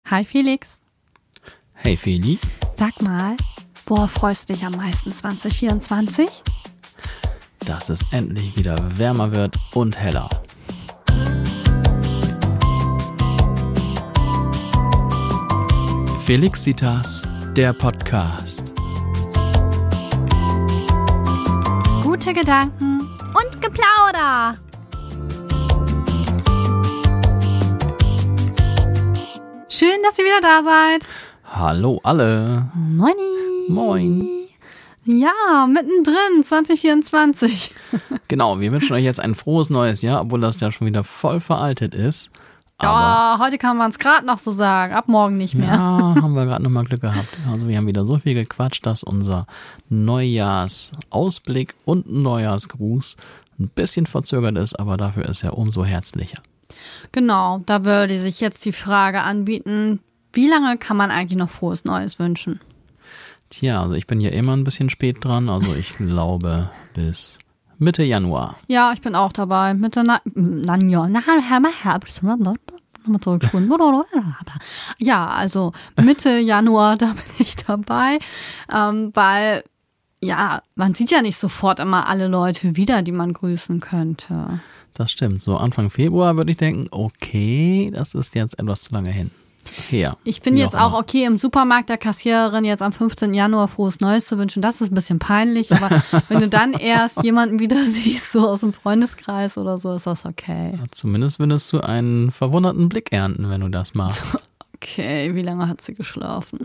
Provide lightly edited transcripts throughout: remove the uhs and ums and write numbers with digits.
Hi Felix. Hey Feli. Sag mal, worauf freust du dich am meisten 2024? Dass es endlich wieder wärmer wird und heller. Felixitas, der Podcast. Gute Gedanken und Geplauder. Schön, dass ihr wieder da seid. Hallo alle. Moini. Moin. Ja, mittendrin, 2024. Genau, wir wünschen euch jetzt ein frohes neues Jahr, obwohl das ja schon wieder voll veraltet ist. Ja, heute kann man es gerade noch so sagen, ab morgen nicht mehr. Ja, haben wir gerade nochmal Glück gehabt. Also wir haben wieder so viel gequatscht, dass unser Neujahrsausblick und Neujahrsgruß ein bisschen verzögert ist, aber dafür ist er umso herzlicher. Genau, da würde sich jetzt die Frage anbieten, wie lange kann man eigentlich noch frohes Neues wünschen? Tja, also ich bin ja immer ein bisschen spät dran, also ich glaube bis Mitte Januar. Ja, ich bin auch dabei. Ja, also Mitte Januar, da bin ich dabei, weil, ja, man sieht ja nicht sofort immer alle Leute wieder, die man grüßen könnte. Das stimmt. So Anfang Februar würde ich denken, okay, das ist jetzt etwas zu lange hin. Her. Ich bin jetzt auch okay, im Supermarkt der Kassiererin jetzt am 15. Januar frohes Neues zu wünschen. Das ist ein bisschen peinlich, aber wenn du dann erst jemanden wieder siehst, so aus dem Freundeskreis oder so, ist das okay. Ja, zumindest würdest du einen verwunderten Blick ernten, wenn du das machst. Okay, wie lange hat sie geschlafen?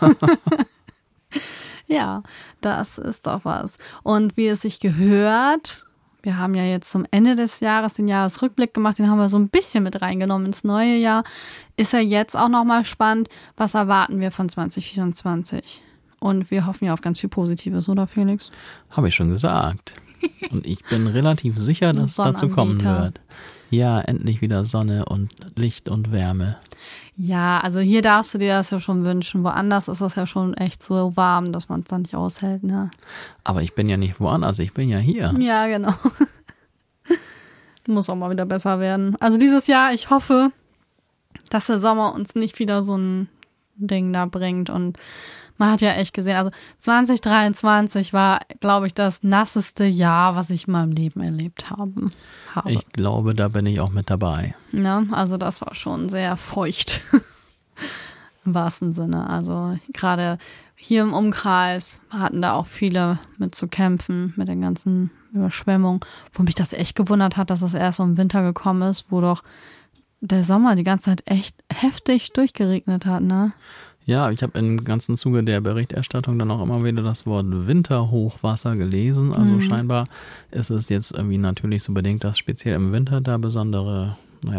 Ja, das ist doch was. Und wie es sich gehört, wir haben ja jetzt zum Ende des Jahres den Jahresrückblick gemacht, den haben wir so ein bisschen mit reingenommen ins neue Jahr. Ist ja jetzt auch nochmal spannend, was erwarten wir von 2024? Und wir hoffen ja auf ganz viel Positives, oder Felix? Habe ich schon gesagt. Und ich bin relativ sicher, dass es dazu kommen wird. Ja, endlich wieder Sonne und Licht und Wärme. Ja, also hier darfst du dir das ja schon wünschen. Woanders ist das ja schon echt so warm, dass man es dann nicht aushält, ne? Aber ich bin ja nicht woanders, ich bin ja hier. Ja, genau. Muss auch mal wieder besser werden. Also dieses Jahr, ich hoffe, dass der Sommer uns nicht wieder so ein Ding da bringt. Und man hat ja echt gesehen, also 2023 war, glaube ich, das nasseste Jahr, was ich in meinem Leben erlebt habe. Ich glaube, da bin ich auch mit dabei. Ja, also das war schon sehr feucht. Im wahrsten Sinne. Also gerade hier im Umkreis hatten da auch viele mit zu kämpfen, mit den ganzen Überschwemmungen. Wo mich das echt gewundert hat, dass es erst so im Winter gekommen ist, wo doch der Sommer die ganze Zeit echt heftig durchgeregnet hat, ne? Ja, ich habe im ganzen Zuge der Berichterstattung dann auch immer wieder das Wort Winterhochwasser gelesen. Also scheinbar ist es jetzt irgendwie natürlich so bedingt, dass speziell im Winter da besondere,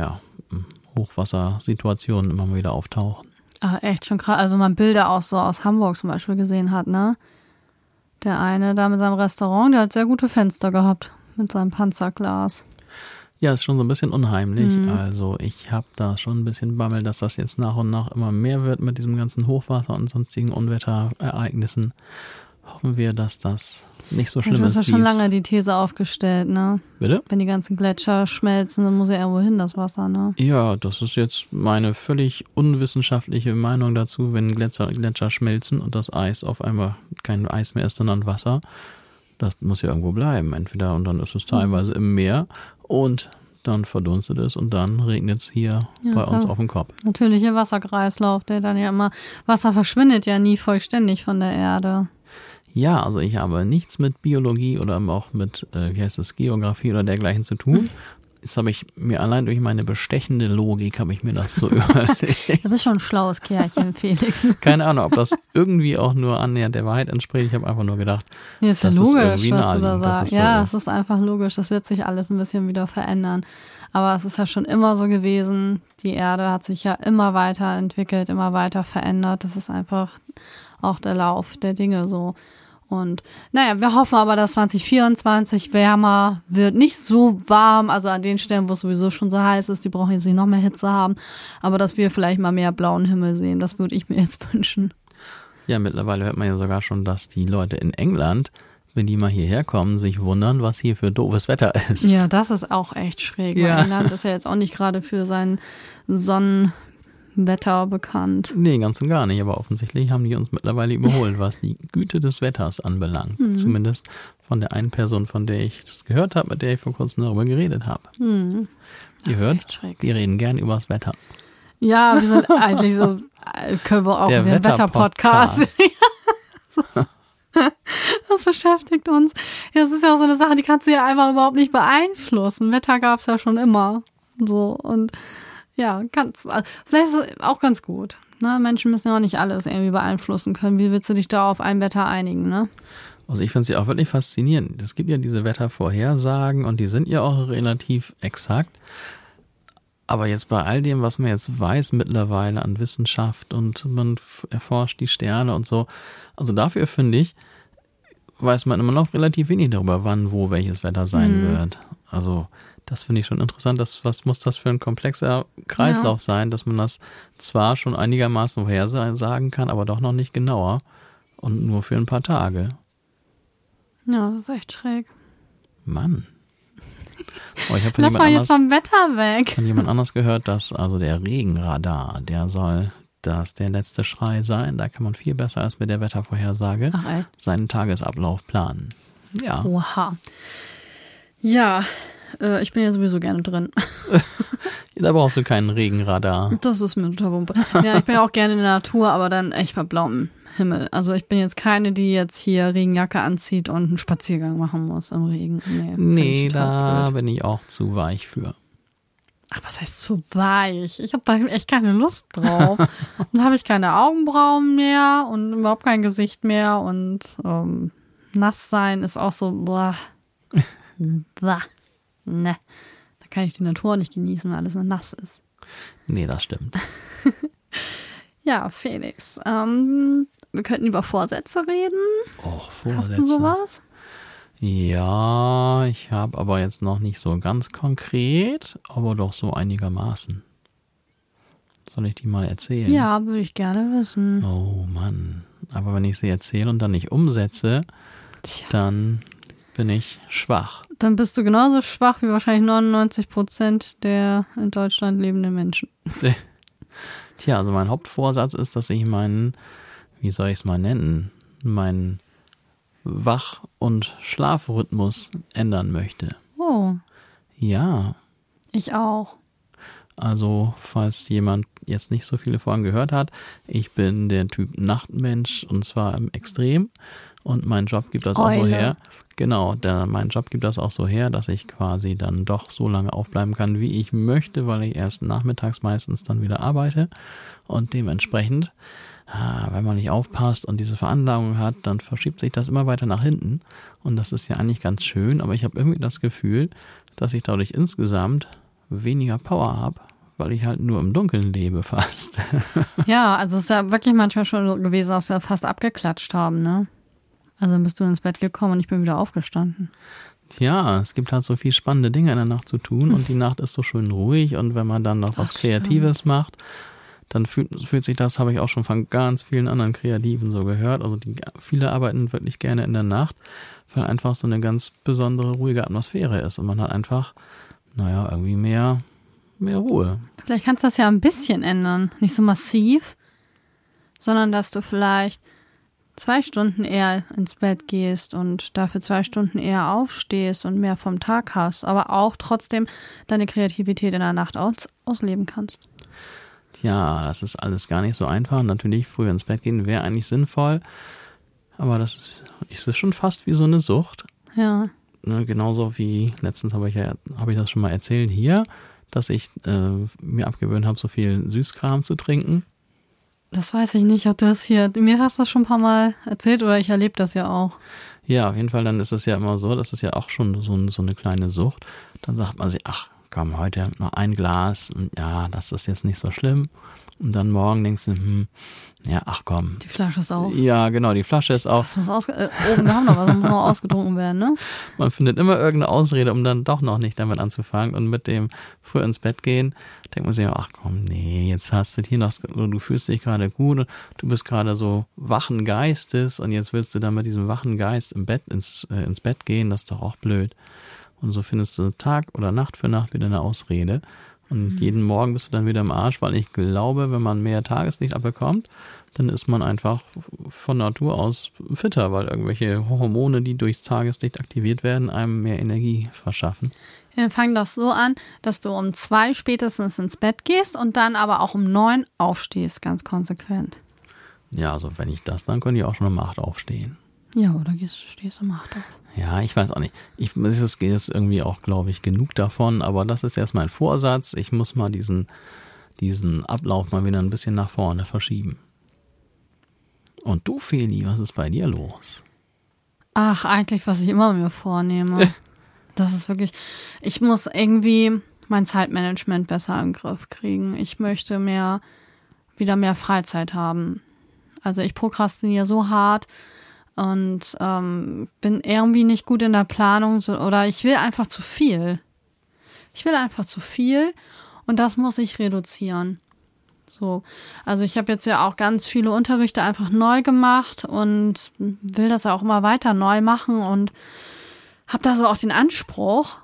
Hochwassersituationen immer mal wieder auftauchen. Ah, echt schon krass. Also wenn man Bilder auch so aus Hamburg zum Beispiel gesehen hat, ne? Der eine da mit seinem Restaurant, der hat sehr gute Fenster gehabt mit seinem Panzerglas. Ja, ist schon so ein bisschen unheimlich. Also ich habe da schon ein bisschen Bammel, dass das jetzt nach und nach immer mehr wird mit diesem ganzen Hochwasser und sonstigen Unwetterereignissen. Hoffen wir, dass das nicht so schlimm ist. Du hast ja schon lange die These aufgestellt, ne? Bitte? Wenn die ganzen Gletscher schmelzen, dann muss ja irgendwo hin, das Wasser, ne? Ja, das ist jetzt meine völlig unwissenschaftliche Meinung dazu, wenn Gletscher schmelzen und das Eis auf einmal kein Eis mehr ist, sondern Wasser. Das muss ja irgendwo bleiben, entweder und dann ist es teilweise im Meer und dann verdunstet es und dann regnet es hier bei uns auf dem Kopf. Natürlicher Wasserkreislauf, der dann ja immer, Wasser verschwindet ja nie vollständig von der Erde. Ja, also ich habe nichts mit Biologie oder auch mit, Geografie oder dergleichen zu tun. Jetzt habe ich mir allein durch meine bestechende Logik habe ich mir das so überlegt. Du bist schon ein schlaues Kerlchen, Felix. Keine Ahnung, ob das irgendwie auch nur annähernd der Wahrheit entspricht. Ich habe einfach nur gedacht, ja, ist ja das logisch, ist irgendwie was du da sagst. Ja, so es ist einfach logisch. Das wird sich alles ein bisschen wieder verändern. Aber es ist ja schon immer so gewesen. Die Erde hat sich ja immer weiter entwickelt, immer weiter verändert. Das ist einfach auch der Lauf der Dinge so. Und naja, wir hoffen aber, dass 2024 wärmer wird. Nicht so warm, also an den Stellen, wo es sowieso schon so heiß ist, die brauchen jetzt nicht noch mehr Hitze haben. Aber dass wir vielleicht mal mehr blauen Himmel sehen, das würde ich mir jetzt wünschen. Ja, mittlerweile hört man ja sogar schon, dass die Leute in England, wenn die mal hierher kommen, sich wundern, was hier für doofes Wetter ist. Ja, das ist auch echt schräg. Ja. Weil England ist ja jetzt auch nicht gerade für seinen Wetter bekannt. Nee, ganz und gar nicht. Aber offensichtlich haben die uns mittlerweile überholt, was die Güte des Wetters anbelangt. Zumindest von der einen Person, von der ich das gehört habe, mit der ich vor kurzem darüber geredet habe. Ihr hört, wir reden gern über das Wetter. Ja, wir sind eigentlich so, können wir auch der den Wetter-Podcast. Das beschäftigt uns. Ja, das ist ja auch so eine Sache, die kannst du ja einfach überhaupt nicht beeinflussen. Wetter gab es ja schon immer. So, und ja, vielleicht ist es auch ganz gut. Ne? Menschen müssen ja auch nicht alles irgendwie beeinflussen können. Wie willst du dich da auf ein Wetter einigen, ne? Also ich finde es ja auch wirklich faszinierend. Es gibt ja diese Wettervorhersagen und die sind ja auch relativ exakt. Aber jetzt bei all dem, was man jetzt weiß mittlerweile an Wissenschaft und man erforscht die Sterne und so, also dafür finde ich, weiß man immer noch relativ wenig darüber, wann, wo, welches Wetter sein wird. Also das finde ich schon interessant. Was muss das für ein komplexer Kreislauf sein, dass man das zwar schon einigermaßen vorhersagen kann, aber doch noch nicht genauer und nur für ein paar Tage. Ja, das ist echt schräg. Mann. Oh, ich habe Lass mal jetzt vom Wetter weg. Von jemand anders gehört, dass also der Regenradar, der soll der letzte Schrei sein. Da kann man viel besser als mit der Wettervorhersage seinen Tagesablauf planen. Ja. Oha. Ja, ich bin ja sowieso gerne drin. Da brauchst du keinen Regenradar. Das ist mir total Wumpe. Ja, ich bin ja auch gerne in der Natur, aber dann echt bei blauem Himmel. Also ich bin jetzt keine, die jetzt hier Regenjacke anzieht und einen Spaziergang machen muss im Regen. Nee, da bin ich auch zu weich für. Ach, was heißt zu weich? Ich habe da echt keine Lust drauf. Dann habe ich keine Augenbrauen mehr und überhaupt kein Gesicht mehr und nass sein ist auch so blah. Blah. Ne. Da kann ich die Natur nicht genießen, weil alles nur nass ist. Nee, das stimmt. Ja, Felix, wir könnten über Vorsätze reden. Oh, Vorsätze. Hast du sowas? Ja, ich habe aber jetzt noch nicht so ganz konkret, aber doch so einigermaßen. Soll ich die mal erzählen? Ja, würde ich gerne wissen. Oh Mann, aber wenn ich sie erzähle und dann nicht umsetze, dann bin ich schwach. Dann bist du genauso schwach wie wahrscheinlich 99% der in Deutschland lebenden Menschen. Tja, also mein Hauptvorsatz ist, dass ich meinen, wie soll ich es mal nennen, meinen Wach- und Schlafrhythmus ändern möchte. Oh. Ja. Ich auch. Also, falls jemand jetzt nicht so viele Folgen gehört hat, ich bin der Typ Nachtmensch und zwar im Extrem und mein Job gibt das auch so her. Genau, mein Job gibt das auch so her, dass ich quasi dann doch so lange aufbleiben kann, wie ich möchte, weil ich erst nachmittags meistens dann wieder arbeite und dementsprechend, wenn man nicht aufpasst und diese Veranlagung hat, dann verschiebt sich das immer weiter nach hinten und das ist ja eigentlich ganz schön, aber ich habe irgendwie das Gefühl, dass ich dadurch insgesamt weniger Power habe, weil ich halt nur im Dunkeln lebe fast. Ja, also es ist ja wirklich manchmal schon so gewesen, dass wir fast abgeklatscht haben, ne? Also dann bist du ins Bett gekommen und ich bin wieder aufgestanden. Ja, es gibt halt so viel spannende Dinge in der Nacht zu tun und die Nacht ist so schön ruhig und wenn man dann noch was Kreatives macht, dann fühlt sich das, habe ich auch schon von ganz vielen anderen Kreativen so gehört, also viele arbeiten wirklich gerne in der Nacht, weil einfach so eine ganz besondere, ruhige Atmosphäre ist und man hat einfach, irgendwie mehr Ruhe. Vielleicht kannst du das ja ein bisschen ändern, nicht so massiv, sondern dass du vielleicht 2 Stunden eher ins Bett gehst und dafür 2 Stunden eher aufstehst und mehr vom Tag hast, aber auch trotzdem deine Kreativität in der Nacht ausleben kannst. Ja, das ist alles gar nicht so einfach. Natürlich, früher ins Bett gehen wäre eigentlich sinnvoll, aber das ist schon fast wie so eine Sucht. Ja. Genauso wie, letztens habe ich das schon mal erzählt hier, dass ich mir abgewöhnt habe, so viel Süßkram zu trinken. Das weiß ich nicht, ob mir hast du das schon ein paar Mal erzählt oder ich erlebe das ja auch. Ja, auf jeden Fall, dann ist es ja immer so, das ist ja auch schon so eine kleine Sucht. Dann sagt man sich, ach komm, heute noch ein Glas und ja, das ist jetzt nicht so schlimm. Und dann morgen denkst du, ach komm. Die Flasche ist auf. Ja, genau, die Flasche ist auf. Das muss wir haben noch was, das muss noch ausgetrunken werden, ne? Man findet immer irgendeine Ausrede, um dann doch noch nicht damit anzufangen. Und mit dem früh ins Bett gehen, denkt man sich, ach komm, nee, jetzt hast du hier noch, du fühlst dich gerade gut, du bist gerade so wachen Geistes und jetzt willst du dann mit diesem wachen Geist ins Bett gehen, das ist doch auch blöd. Und so findest du Tag oder Nacht für Nacht wieder eine Ausrede. Und jeden Morgen bist du dann wieder im Arsch, weil ich glaube, wenn man mehr Tageslicht abbekommt, dann ist man einfach von Natur aus fitter, weil irgendwelche Hormone, die durchs Tageslicht aktiviert werden, einem mehr Energie verschaffen. Dann fang das so an, dass du um 2 spätestens ins Bett gehst und dann aber auch um 9 aufstehst, ganz konsequent. Ja, also wenn ich das, dann könnte ich auch schon um 8 aufstehen. Ja, oder stehst um 8 auf. Ja, ich weiß auch nicht. Es geht jetzt irgendwie auch, glaube ich, genug davon, aber das ist erst mein Vorsatz. Ich muss mal diesen Ablauf mal wieder ein bisschen nach vorne verschieben. Und du, Feli, was ist bei dir los? Ach, eigentlich, was ich immer mir vornehme. Das ist wirklich, ich muss irgendwie mein Zeitmanagement besser in den Griff kriegen. Ich möchte wieder mehr Freizeit haben. Also ich prokrastiniere so hart und bin irgendwie nicht gut in der Planung oder ich will einfach zu viel. Und das muss ich reduzieren. So, also ich habe jetzt ja auch ganz viele Unterrichte einfach neu gemacht und will das ja auch immer weiter neu machen und habe da so auch den Anspruch,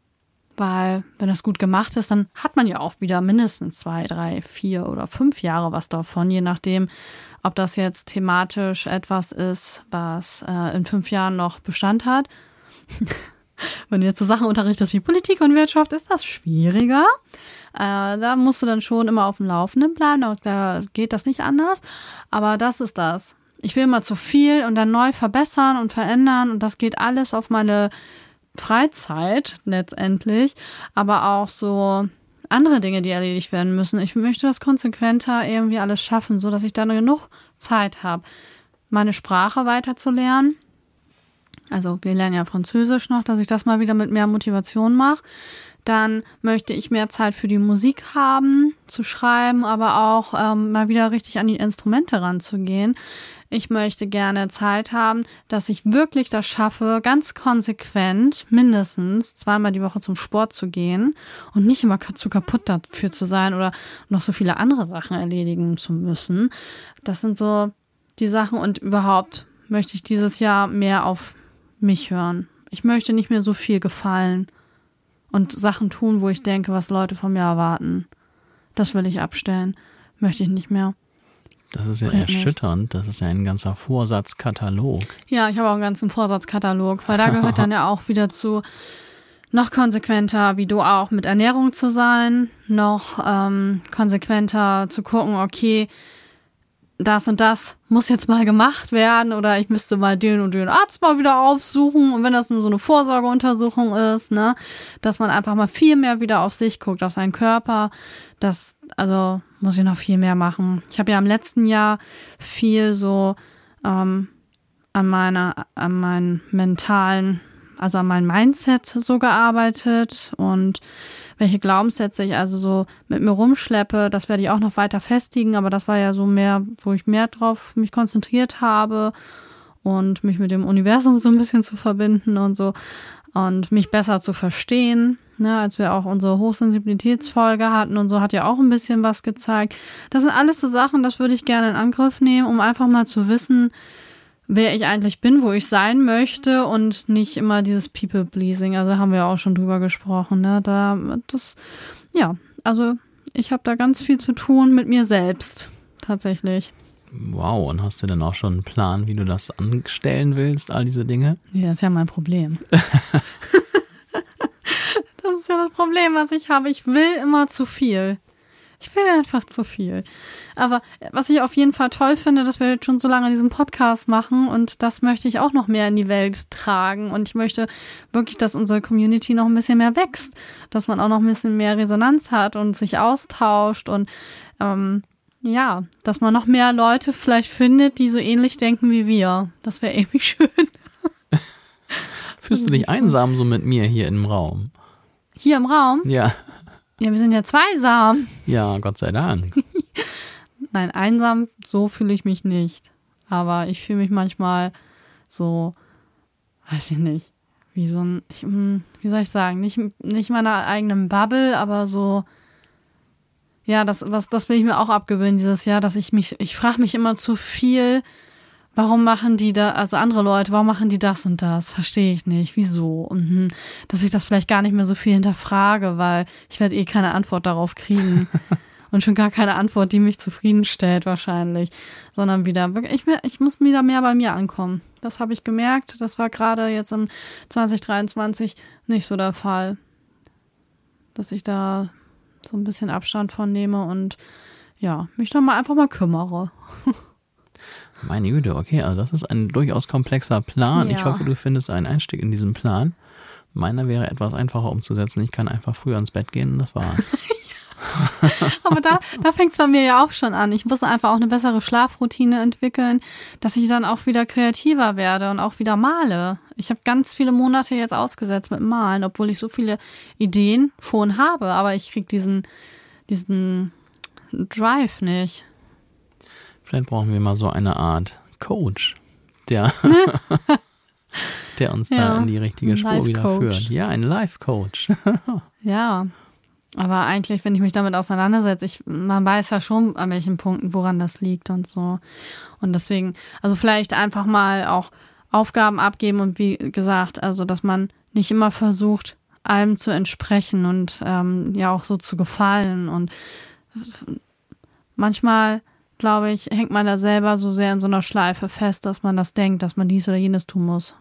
weil wenn das gut gemacht ist, dann hat man ja auch wieder mindestens 2, 3, 4 oder 5 Jahre was davon, je nachdem, ob das jetzt thematisch etwas ist, was in 5 Jahren noch Bestand hat. Wenn du jetzt so Sachen unterrichtest wie Politik und Wirtschaft, ist das schwieriger. Da musst du dann schon immer auf dem Laufenden bleiben, da geht das nicht anders. Aber das ist das. Ich will immer zu viel und dann neu verbessern und verändern und das geht alles auf meine Freizeit letztendlich, aber auch so andere Dinge, die erledigt werden müssen. Ich möchte das konsequenter irgendwie alles schaffen, so dass ich dann genug Zeit habe, meine Sprache weiterzulernen. Also wir lernen ja Französisch noch, dass ich das mal wieder mit mehr Motivation mache. Dann möchte ich mehr Zeit für die Musik haben, zu schreiben, aber auch mal wieder richtig an die Instrumente ranzugehen. Ich möchte gerne Zeit haben, dass ich wirklich das schaffe, ganz konsequent mindestens 2-mal die Woche zum Sport zu gehen und nicht immer zu kaputt dafür zu sein oder noch so viele andere Sachen erledigen zu müssen. Das sind so die Sachen und überhaupt möchte ich dieses Jahr mehr auf mich hören. Ich möchte nicht mehr so viel gefallen und Sachen tun, wo ich denke, was Leute von mir erwarten. Das will ich abstellen. Möchte ich nicht mehr. Das ist ja erschütternd. Das ist ja ein ganzer Vorsatzkatalog. Ja, ich habe auch einen ganzen Vorsatzkatalog, weil da gehört dann ja auch wieder zu, noch konsequenter, wie du auch, mit Ernährung zu sein, noch konsequenter zu gucken, okay, das und das muss jetzt mal gemacht werden oder ich müsste mal den und den Arzt mal wieder aufsuchen und wenn das nur so eine Vorsorgeuntersuchung ist, ne, dass man einfach mal viel mehr wieder auf sich guckt, auf seinen Körper, also muss ich noch viel mehr machen. Ich habe ja im letzten Jahr viel so an meinen mentalen, also an meinem Mindset so gearbeitet und welche Glaubenssätze ich also so mit mir rumschleppe, das werde ich auch noch weiter festigen, aber das war ja so mehr, wo ich mehr drauf mich konzentriert habe und mich mit dem Universum so ein bisschen zu verbinden und so und mich besser zu verstehen, ne, als wir auch unsere Hochsensibilitätsfolge hatten und so, hat ja auch ein bisschen was gezeigt. Das sind alles so Sachen, das würde ich gerne in Angriff nehmen, um einfach mal zu wissen, wer ich eigentlich bin, wo ich sein möchte und nicht immer dieses People-Pleasing. Also haben wir auch schon drüber gesprochen. Ne? Also ich habe da ganz viel zu tun mit mir selbst, tatsächlich. Wow, und hast du denn auch schon einen Plan, wie du das anstellen willst, all diese Dinge? Ja, das ist ja mein Problem. Das ist ja das Problem, was ich habe. Ich will immer zu viel. Ich will einfach zu viel. Aber was ich auf jeden Fall toll finde, dass wir jetzt schon so lange diesen Podcast machen und das möchte ich auch noch mehr in die Welt tragen und ich möchte wirklich, dass unsere Community noch ein bisschen mehr wächst, dass man auch noch ein bisschen mehr Resonanz hat und sich austauscht und dass man noch mehr Leute vielleicht findet, die so ähnlich denken wie wir. Das wäre irgendwie schön. Fühlst du dich einsam so mit mir hier im Raum? Hier im Raum? Ja. Ja, wir sind ja zweisam. Ja, Gott sei Dank. Nein, einsam, so fühle ich mich nicht. Aber ich fühle mich manchmal so, weiß ich nicht, wie so ein, wie soll ich sagen, nicht meiner eigenen Bubble, aber so, ja, das will ich mir auch abgewöhnen dieses Jahr, dass ich frage mich immer zu viel, warum machen die da, also andere Leute, warum machen die das und das? Verstehe ich nicht. Wieso? Und dass ich das vielleicht gar nicht mehr so viel hinterfrage, weil ich werde keine Antwort darauf kriegen. Und schon gar keine Antwort, die mich zufriedenstellt wahrscheinlich. Sondern wieder, ich muss wieder mehr bei mir ankommen. Das habe ich gemerkt. Das war gerade jetzt im 2023 nicht so der Fall. Dass ich da so ein bisschen Abstand von nehme und ja, mich dann einfach mal kümmere. Meine Güte, okay, also das ist ein durchaus komplexer Plan. Ja. Ich hoffe, du findest einen Einstieg in diesen Plan. Meiner wäre etwas einfacher umzusetzen. Ich kann einfach früher ins Bett gehen und das war's. Aber da fängt es bei mir ja auch schon an. Ich muss einfach auch eine bessere Schlafroutine entwickeln, dass ich dann auch wieder kreativer werde und auch wieder male. Ich habe ganz viele Monate jetzt ausgesetzt mit Malen, obwohl ich so viele Ideen schon habe, aber ich kriege diesen Drive nicht. Vielleicht brauchen wir mal so eine Art Coach, der uns da in die richtige Spur wieder führt. Ja, ein Life-Coach. Ja, aber eigentlich, wenn ich mich damit auseinandersetze, man weiß ja schon, an welchen Punkten, woran das liegt und so. Und deswegen, also vielleicht einfach mal auch Aufgaben abgeben und wie gesagt, also dass man nicht immer versucht, allem zu entsprechen und ja auch so zu gefallen. Und manchmal, glaube ich, hängt man da selber so sehr in so einer Schleife fest, dass man das denkt, dass man dies oder jenes tun muss.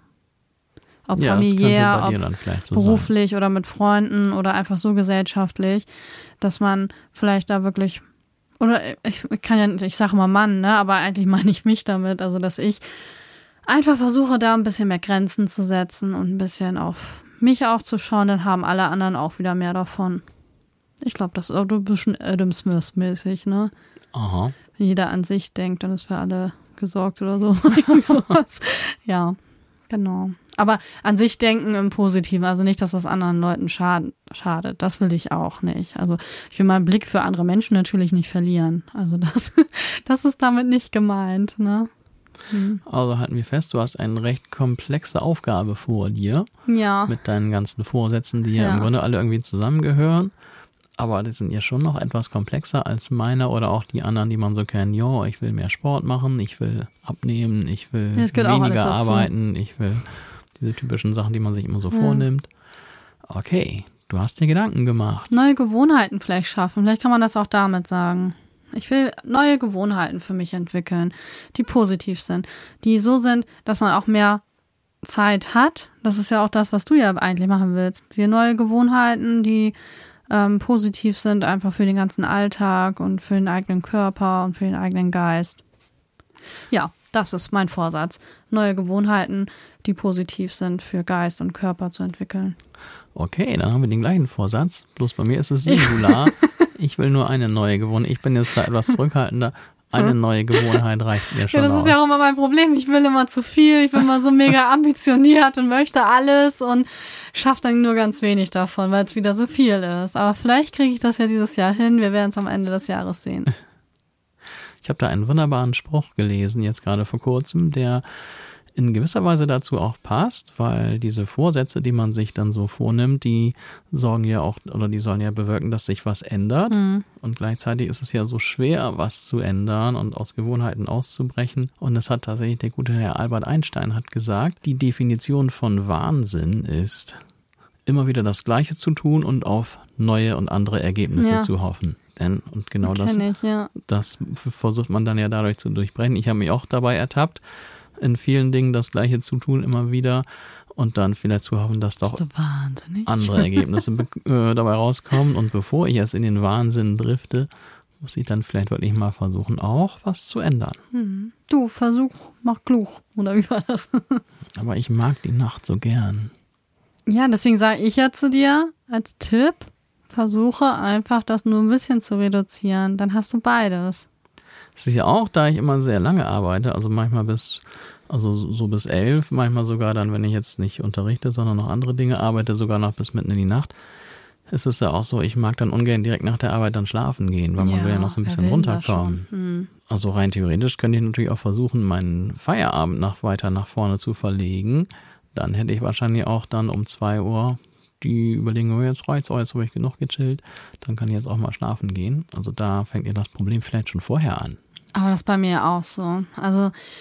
Ob familiär, ob so beruflich sein. Oder mit Freunden oder einfach so gesellschaftlich, dass man vielleicht da wirklich, oder ich sage mal Mann, ne, aber eigentlich meine ich mich damit, also dass ich einfach versuche, da ein bisschen mehr Grenzen zu setzen und ein bisschen auf mich auch zu schauen, dann haben alle anderen auch wieder mehr davon. Ich glaube, das ist auch ein bisschen Adam Smith-mäßig, ne? Aha. Wenn jeder an sich denkt, dann ist für alle gesorgt oder so. Irgendwie sowas. Ja, genau. Aber an sich denken im Positiven, also nicht, dass das anderen Leuten schadet. Das will ich auch nicht. Also ich will meinen Blick für andere Menschen natürlich nicht verlieren. Also das ist damit nicht gemeint, ne? Also halten wir fest, du hast eine recht komplexe Aufgabe vor dir. Ja. Mit deinen ganzen Vorsätzen, die ja im Grunde alle irgendwie zusammengehören. Aber die sind ja schon noch etwas komplexer als meiner oder auch die anderen, die man so kennt. Ja, ich will mehr Sport machen, ich will abnehmen, ich will weniger arbeiten, ich will diese typischen Sachen, die man sich immer so vornimmt. Okay, du hast dir Gedanken gemacht. Neue Gewohnheiten vielleicht schaffen. Vielleicht kann man das auch damit sagen. Ich will neue Gewohnheiten für mich entwickeln, die positiv sind, die so sind, dass man auch mehr Zeit hat. Das ist ja auch das, was du ja eigentlich machen willst. Die neue Gewohnheiten, die positiv sind, einfach für den ganzen Alltag und für den eigenen Körper und für den eigenen Geist. Ja, das ist mein Vorsatz. Neue Gewohnheiten, die positiv sind für Geist und Körper zu entwickeln. Okay, dann haben wir den gleichen Vorsatz. Bloß bei mir ist es Singular. Ich will nur eine neue Gewohnheit. Ich bin jetzt da etwas zurückhaltender. Eine neue Gewohnheit reicht mir schon. Ja, das ist ja auch immer mein Problem. Ich will immer zu viel. Ich bin immer so mega ambitioniert und möchte alles und schaffe dann nur ganz wenig davon, weil es wieder so viel ist. Aber vielleicht kriege ich das ja dieses Jahr hin. Wir werden es am Ende des Jahres sehen. Ich habe da einen wunderbaren Spruch gelesen, jetzt gerade vor kurzem, der in gewisser Weise dazu auch passt, weil diese Vorsätze, die man sich dann so vornimmt, die sorgen ja auch, oder die sollen ja bewirken, dass sich was ändert. Und gleichzeitig ist es ja so schwer, was zu ändern und aus Gewohnheiten auszubrechen. Und es hat tatsächlich der gute Herr Albert Einstein hat gesagt, die Definition von Wahnsinn ist, immer wieder das Gleiche zu tun und auf neue und andere Ergebnisse zu hoffen. Und genau das versucht man dann ja dadurch zu durchbrechen. Ich habe mich auch dabei ertappt, in vielen Dingen das Gleiche zu tun, immer wieder und dann vielleicht zu hoffen, dass doch andere Ergebnisse dabei rauskommen. Und bevor ich erst in den Wahnsinn drifte, muss ich dann vielleicht wirklich mal versuchen, auch was zu ändern. Du, Versuch, mach klug. Oder wie war das? Aber ich mag die Nacht so gern. Ja, deswegen sage ich ja zu dir als Tipp, versuche einfach, das nur ein bisschen zu reduzieren. Dann hast du beides. Es ist ja auch, da ich immer sehr lange arbeite, also manchmal bis 11, manchmal sogar dann, wenn ich jetzt nicht unterrichte, sondern noch andere Dinge arbeite, sogar noch bis mitten in die Nacht, ist es ja auch so, ich mag dann ungern direkt nach der Arbeit dann schlafen gehen, weil man will ja noch so ein bisschen runterkommen. Also rein theoretisch könnte ich natürlich auch versuchen, meinen Feierabend weiter nach vorne zu verlegen. Dann hätte ich wahrscheinlich auch dann um 2 Uhr die Überlegung, jetzt reicht's, jetzt habe ich genug gechillt, dann kann ich jetzt auch mal schlafen gehen. Also da fängt ihr das Problem vielleicht schon vorher an. Aber das ist bei mir auch so. Also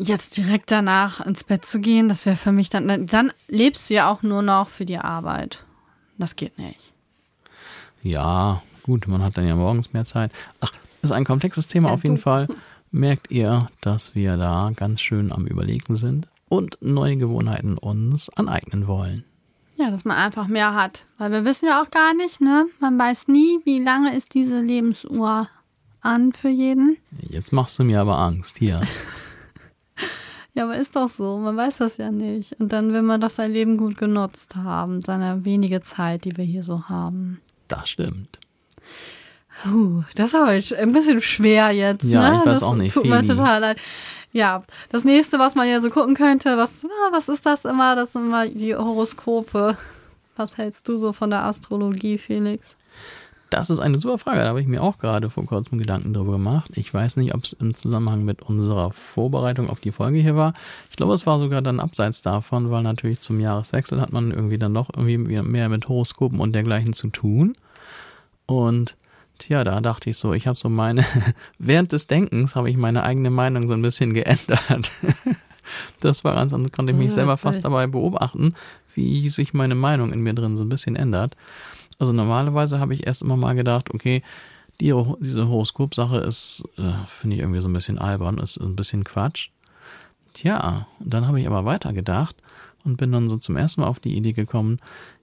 jetzt direkt danach ins Bett zu gehen, das wäre für mich dann lebst du ja auch nur noch für die Arbeit. Das geht nicht. Ja, gut, man hat dann ja morgens mehr Zeit. Ach, ist ein komplexes Thema auf jeden Fall. Merkt ihr, dass wir da ganz schön am Überlegen sind und neue Gewohnheiten uns aneignen wollen. Ja, dass man einfach mehr hat. Weil wir wissen ja auch gar nicht, ne? Man weiß nie, wie lange ist diese Lebensuhr an für jeden. Jetzt machst du mir aber Angst, hier. Ja, aber ist doch so. Man weiß das ja nicht. Und dann will man doch sein Leben gut genutzt haben. Seine wenige Zeit, die wir hier so haben. Das stimmt. Das ist aber ein bisschen schwer jetzt, ja, ne? Ich weiß das auch nicht. Tut mir total leid. Ja, das nächste, was man ja so gucken könnte, was ist das immer? Das sind immer die Horoskope. Was hältst du so von der Astrologie, Felix? Das ist eine super Frage. Da habe ich mir auch gerade vor kurzem Gedanken darüber gemacht. Ich weiß nicht, ob es im Zusammenhang mit unserer Vorbereitung auf die Folge hier war. Ich glaube, es war sogar dann abseits davon, weil natürlich zum Jahreswechsel hat man irgendwie dann doch irgendwie mehr mit Horoskopen und dergleichen zu tun. Und tja, da dachte ich so, ich habe so während des Denkens habe ich meine eigene Meinung so ein bisschen geändert. Das war ganz anders, konnte ich mich selber fast dabei beobachten, wie sich meine Meinung in mir drin so ein bisschen ändert. Also normalerweise habe ich erst immer mal gedacht, okay, diese Horoskop-Sache ist, finde ich irgendwie so ein bisschen albern, ist ein bisschen Quatsch. Tja, und dann habe ich aber weitergedacht und bin dann so zum ersten Mal auf die Idee gekommen,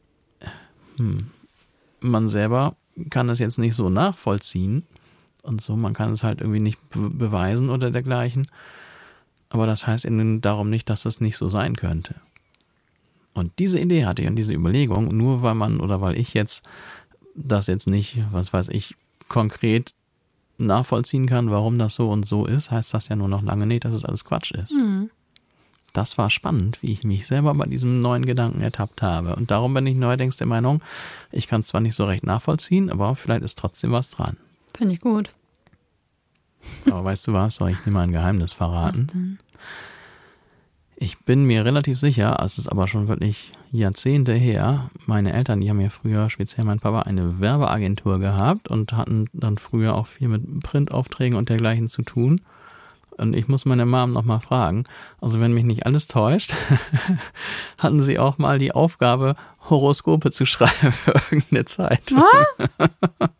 man selber kann es jetzt nicht so nachvollziehen und so, man kann es halt irgendwie nicht beweisen oder dergleichen. Aber das heißt eben darum nicht, dass das nicht so sein könnte. Und diese Idee hatte ich und diese Überlegung, nur weil ich jetzt das jetzt nicht, was weiß ich, konkret nachvollziehen kann, warum das so und so ist, heißt das ja nur noch lange nicht, dass es alles Quatsch ist. Mhm. Das war spannend, wie ich mich selber bei diesem neuen Gedanken ertappt habe. Und darum bin ich neuerdings der Meinung, ich kann es zwar nicht so recht nachvollziehen, aber vielleicht ist trotzdem was dran. Finde ich gut. Aber weißt du was, soll ich dir mal ein Geheimnis verraten? Was denn? Ich bin mir relativ sicher, es ist aber schon wirklich Jahrzehnte her, meine Eltern, die haben ja früher, speziell mein Papa, eine Werbeagentur gehabt und hatten dann früher auch viel mit Printaufträgen und dergleichen zu tun. Und ich muss meine Mom nochmal fragen, also wenn mich nicht alles täuscht, hatten sie auch mal die Aufgabe, Horoskope zu schreiben für irgendeine Zeitung. Was?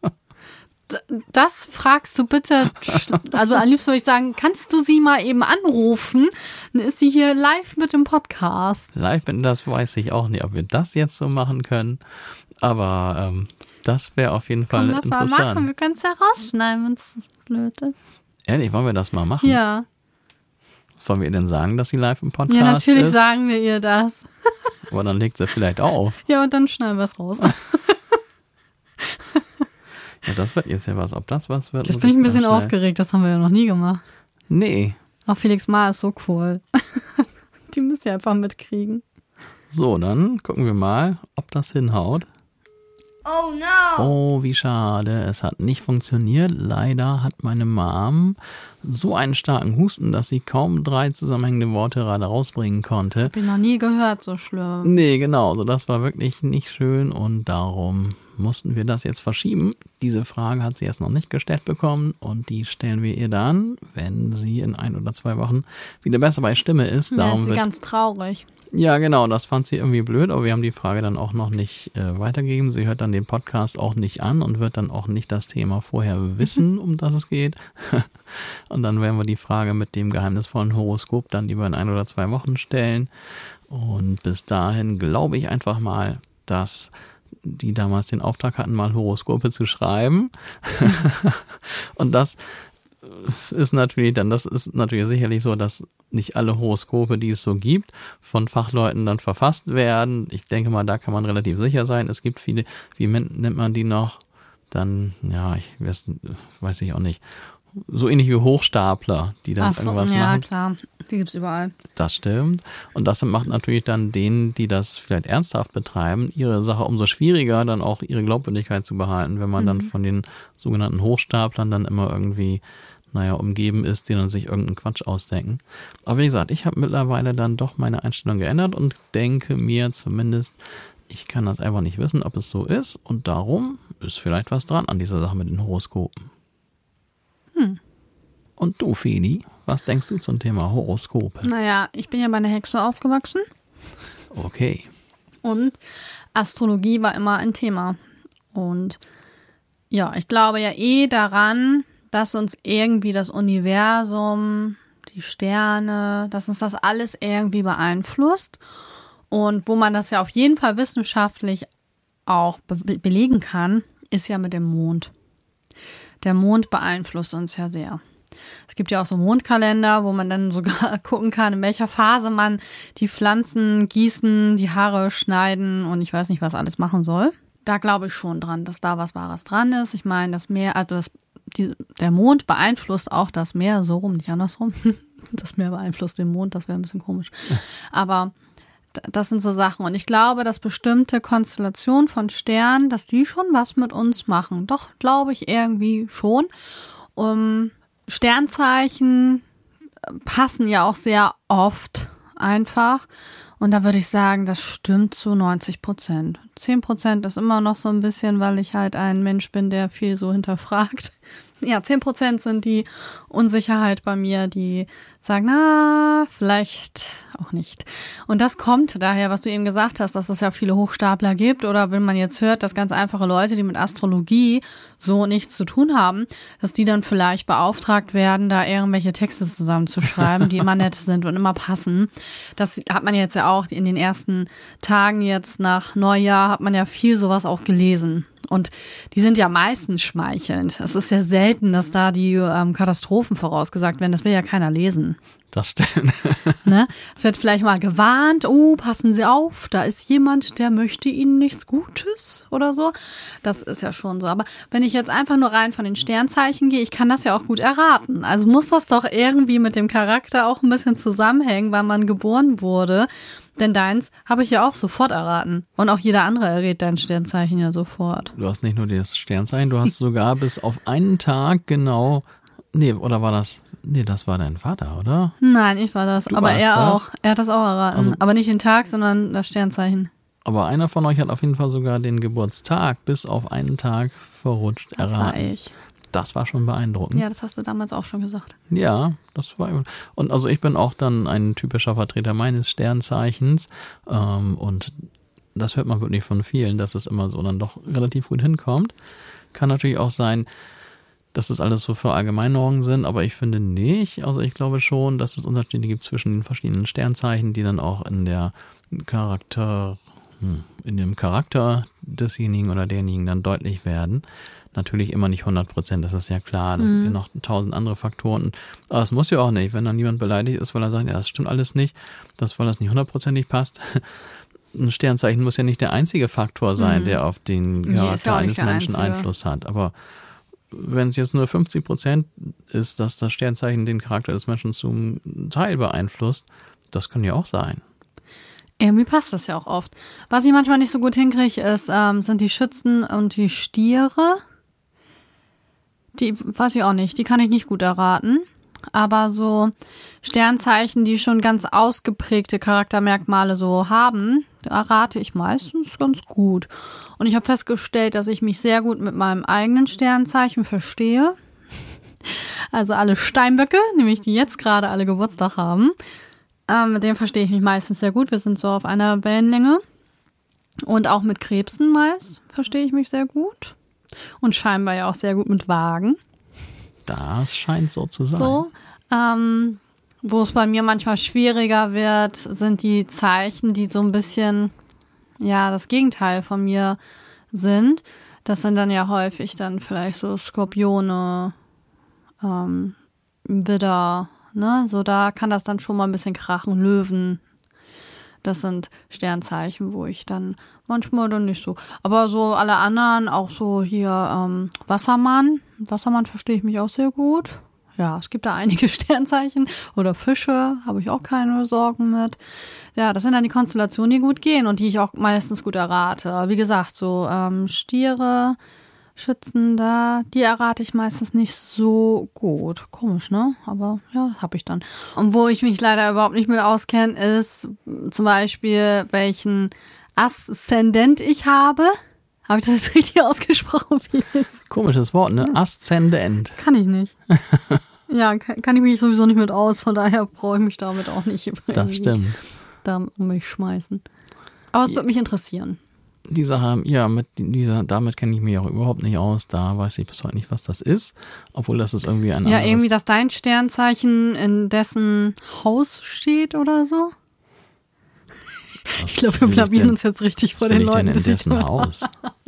Das fragst du bitte, also am liebsten würde ich sagen, kannst du sie mal eben anrufen? Dann ist sie hier live mit dem Podcast. Live mit, das weiß ich auch nicht, ob wir das jetzt so machen können, aber das wäre auf jeden Fall interessant. Komm, das mal machen, wir können es ja rausschneiden, wenn es blöd ist. Ehrlich, wollen wir das mal machen? Ja. Sollen wir ihr denn sagen, dass sie live im Podcast ist? Ja, natürlich sagen wir ihr das. Aber dann legt sie vielleicht auf. Ja, und dann schneiden wir es raus. Ja, das wird jetzt ja was. Ob das was wird? Jetzt bin ich ein bisschen aufgeregt, das haben wir ja noch nie gemacht. Nee. Auch Felix Ma ist so cool. Die müsst ihr einfach mitkriegen. So, dann gucken wir mal, ob das hinhaut. Oh no! Oh, wie schade. Es hat nicht funktioniert. Leider hat meine Mom so einen starken Husten, dass sie kaum 3 zusammenhängende Worte gerade rausbringen konnte. Hab ich noch nie gehört, so schlimm. Nee, genau. Also das war wirklich nicht schön und darum mussten wir das jetzt verschieben. Diese Frage hat sie erst noch nicht gestellt bekommen und die stellen wir ihr dann, wenn sie in 1 oder 2 Wochen wieder besser bei Stimme ist. Darum ist sie ganz traurig. Ja, genau, das fand sie irgendwie blöd, aber wir haben die Frage dann auch noch nicht weitergegeben. Sie hört dann den Podcast auch nicht an und wird dann auch nicht das Thema vorher wissen, um das es geht. Und dann werden wir die Frage mit dem geheimnisvollen Horoskop dann lieber in 1 oder 2 Wochen stellen. Und bis dahin glaube ich einfach mal, dass die damals den Auftrag hatten, mal Horoskope zu schreiben. Und das ist natürlich sicherlich so, dass nicht alle Horoskope, die es so gibt, von Fachleuten dann verfasst werden. Ich denke mal, da kann man relativ sicher sein. Es gibt viele, wie nennt man die noch? Dann, ja, weiß ich auch nicht. So ähnlich wie Hochstapler, die dann irgendwas machen. Ja, klar. Die gibt's überall. Das stimmt. Und das macht natürlich dann denen, die das vielleicht ernsthaft betreiben, ihre Sache umso schwieriger, dann auch ihre Glaubwürdigkeit zu behalten, wenn man dann von den sogenannten Hochstaplern dann immer irgendwie, umgeben ist, die dann sich irgendeinen Quatsch ausdenken. Aber wie gesagt, ich habe mittlerweile dann doch meine Einstellung geändert und denke mir zumindest, ich kann das einfach nicht wissen, ob es so ist und darum ist vielleicht was dran an dieser Sache mit den Horoskopen. Und du, Feli, was denkst du zum Thema Horoskope? Naja, ich bin ja bei einer Hexe aufgewachsen. Okay. Und Astrologie war immer ein Thema. Und ja, ich glaube ja daran, dass uns irgendwie das Universum, die Sterne, dass uns das alles irgendwie beeinflusst. Und wo man das ja auf jeden Fall wissenschaftlich auch belegen kann, ist ja mit dem Mond. Der Mond beeinflusst uns ja sehr. Es gibt ja auch so Mondkalender, wo man dann sogar gucken kann, in welcher Phase man die Pflanzen gießen, die Haare schneiden und ich weiß nicht, was alles machen soll. Da glaube ich schon dran, dass da was Wahres dran ist. Ich meine, das Meer, also der Mond beeinflusst auch das Meer, so rum, nicht andersrum. Das Meer beeinflusst den Mond, das wäre ein bisschen komisch. Aber das sind so Sachen. Und ich glaube, dass bestimmte Konstellationen von Sternen, dass die schon was mit uns machen. Doch, glaube ich irgendwie schon. Sternzeichen passen ja auch sehr oft einfach. Und da würde ich sagen, das stimmt zu 90%. 10% ist immer noch so ein bisschen, weil ich halt ein Mensch bin, der viel so hinterfragt. Ja, 10% sind die Unsicherheit bei mir, die sagen, na, vielleicht auch nicht. Und das kommt daher, was du eben gesagt hast, dass es ja viele Hochstapler gibt oder wenn man jetzt hört, dass ganz einfache Leute, die mit Astrologie so nichts zu tun haben, dass die dann vielleicht beauftragt werden, da irgendwelche Texte zusammenzuschreiben, die immer nett sind und immer passen. Das hat man jetzt ja auch in den ersten Tagen jetzt nach Neujahr, hat man ja viel sowas auch gelesen. Und die sind ja meistens schmeichelnd. Es ist ja selten, dass da die Katastrophen vorausgesagt werden. Das will ja keiner lesen. Das stimmt. Ne? Es wird vielleicht mal gewarnt, passen Sie auf, da ist jemand, der möchte Ihnen nichts Gutes oder so. Das ist ja schon so. Aber wenn ich jetzt einfach nur rein von den Sternzeichen gehe, ich kann das ja auch gut erraten. Also muss das doch irgendwie mit dem Charakter auch ein bisschen zusammenhängen, weil man geboren wurde. Denn deins habe ich ja auch sofort erraten. Und auch jeder andere errät dein Sternzeichen ja sofort. Du hast nicht nur das Sternzeichen, du hast sogar bis auf einen Tag genau, oder war das, das war dein Vater, oder? Nein, ich war das. Du aber warst er das? auch. Er hat das auch erraten. Also, aber nicht den Tag, sondern das Sternzeichen. Aber einer von euch hat auf jeden Fall sogar den Geburtstag bis auf einen Tag verrutscht Das erraten. war ich. Das war schon beeindruckend. Ja, das hast du damals auch schon gesagt. Ja, das war. Und also ich bin auch dann ein typischer Vertreter meines Sternzeichens. Und das hört man wirklich von vielen, dass es immer so dann doch relativ gut hinkommt. Kann natürlich auch sein, dass das alles so Verallgemeinerungen sind, aber ich finde nicht. Also ich glaube schon, dass es Unterschiede gibt zwischen den verschiedenen Sternzeichen, die dann auch in dem Charakter desjenigen oder derjenigen dann deutlich werden. Natürlich immer nicht 100%, das ist ja klar. Da sind ja noch 1000 andere Faktoren. Aber es muss ja auch nicht, wenn dann jemand beleidigt ist, weil er sagt, ja, das stimmt alles nicht, weil das nicht 100%ig passt. Ein Sternzeichen muss ja nicht der einzige Faktor sein, der auf den Charakter eines Menschen Einfluss hat. Aber wenn es jetzt nur 50% ist, dass das Sternzeichen den Charakter des Menschen zum Teil beeinflusst, das kann ja auch sein. Irgendwie passt das ja auch oft. Was ich manchmal nicht so gut hinkriege, sind die Schützen und die Stiere. Die weiß ich auch nicht, die kann ich nicht gut erraten. Aber so Sternzeichen, die schon ganz ausgeprägte Charaktermerkmale so haben, errate ich meistens ganz gut. Und ich habe festgestellt, dass ich mich sehr gut mit meinem eigenen Sternzeichen verstehe. Also alle Steinböcke, nämlich die jetzt gerade alle Geburtstag haben. Mit dem verstehe ich mich meistens sehr gut. Wir sind so auf einer Wellenlänge. Und auch mit Krebsen meist verstehe ich mich sehr gut. Und scheinbar ja auch sehr gut mit Wagen. Das scheint so zu sein. So, wo es bei mir manchmal schwieriger wird, sind die Zeichen, die so ein bisschen, ja, das Gegenteil von mir sind. Das sind dann ja häufig dann vielleicht so Skorpione, Widder, ne? So, da kann das dann schon mal ein bisschen krachen. Löwen, das sind Sternzeichen, wo ich dann manchmal dann nicht so. Aber so alle anderen, auch so hier Wassermann. Wassermann verstehe ich mich auch sehr gut. Ja, es gibt da einige Sternzeichen. Oder Fische, habe ich auch keine Sorgen mit. Ja, das sind dann die Konstellationen, die gut gehen und die ich auch meistens gut errate. Aber wie gesagt, so Stiere, Schützen da, die errate ich meistens nicht so gut. Komisch, ne? Aber ja, habe ich dann. Und wo ich mich leider überhaupt nicht mit auskenne, ist zum Beispiel, welchen Aszendent ich habe. Habe ich das jetzt richtig ausgesprochen? Komisches Wort, ne? Aszendent. Kann ich nicht. Ja, kann ich mich sowieso nicht mit aus, von daher brauche ich mich damit auch nicht Das stimmt. da um mich schmeißen. Aber es würde mich interessieren. Die Sache, damit kenne ich mich auch überhaupt nicht aus. Da weiß ich bis heute nicht, was das ist. Obwohl das ist irgendwie ein anderes. Ja, irgendwie, dass dein Sternzeichen in dessen Haus steht oder so. Ich glaube, wir blamieren uns jetzt richtig vor den Leuten. Was will ich denn in dessen Haus?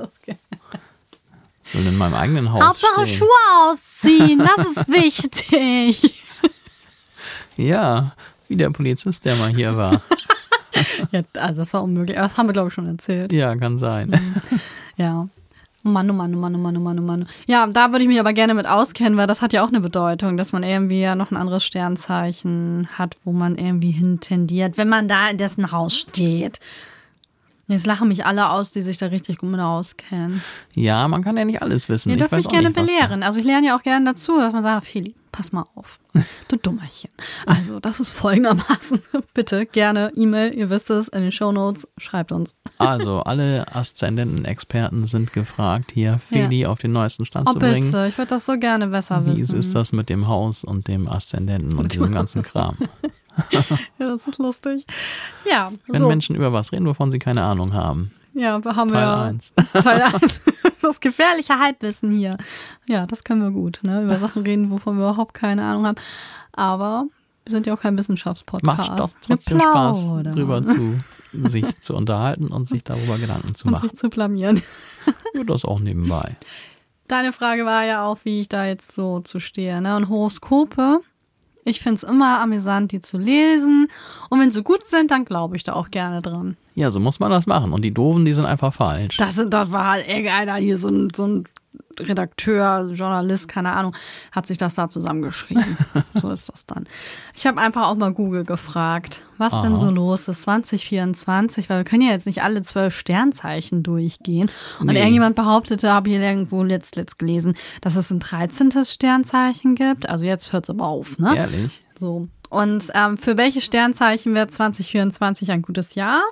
Ich will in meinem eigenen Haus Hauptsache stehen. Schuhe ausziehen, das ist wichtig. Ja, wie der Polizist, der mal hier war. Ja, also das war unmöglich. Aber das haben wir, glaube ich, schon erzählt. Ja, kann sein. Ja. Mann, oh Mann, oh Mann, oh Mann, oh Mann, oh Mann. Ja, da würde ich mich aber gerne mit auskennen, weil das hat ja auch eine Bedeutung, dass man irgendwie ja noch ein anderes Sternzeichen hat, wo man irgendwie hin tendiert, wenn man da in dessen Haus steht. Jetzt lachen mich alle aus, die sich da richtig gut mit auskennen. Ja, man kann ja nicht alles wissen. Ihr dürft mich gerne belehren. Da. Also ich lerne ja auch gerne dazu, dass man sagt, Feli, pass mal auf. Du Dummerchen. Also das ist folgendermaßen. Bitte gerne E-Mail, ihr wisst es, in den Shownotes, schreibt uns. Also alle Aszendenten-Experten sind gefragt, hier Feli auf den neuesten Stand zu bringen. Bitte, ich würde das so gerne besser wissen. Wie ist das mit dem Haus und dem Aszendenten und diesem ganzen Kram? Ja, das ist lustig. Ja, Wenn Menschen über was reden, wovon sie keine Ahnung haben. Ja, haben Teil wir. 1. Teil 1. Das gefährliche Halbwissen hier. Ja, das können wir gut, ne? Über Sachen reden, wovon wir überhaupt keine Ahnung haben. Aber wir sind ja auch kein Wissenschaftspodcast. Macht doch trotzdem Spaß, drüber sich zu unterhalten und sich darüber Gedanken zu machen. Und sich zu blamieren. Ja, das auch nebenbei. Deine Frage war ja auch, wie ich da jetzt so zu stehe, ne? Und Horoskope. Ich finde es immer amüsant, die zu lesen. Und wenn sie gut sind, dann glaube ich da auch gerne dran. Ja, so muss man das machen. Und die Doofen, die sind einfach falsch. Das war halt irgendeiner hier, so ein Redakteur, Journalist, keine Ahnung, hat sich das da zusammengeschrieben. So ist das dann. Ich habe einfach auch mal Google gefragt, was denn so los ist 2024, weil wir können ja jetzt nicht alle 12 Sternzeichen durchgehen. Und irgendjemand behauptete, habe ich irgendwo letzt gelesen, dass es ein 13. Sternzeichen gibt. Also jetzt hört es aber auf, ne? Ehrlich? So. Und für welche Sternzeichen wird 2024 ein gutes Jahr?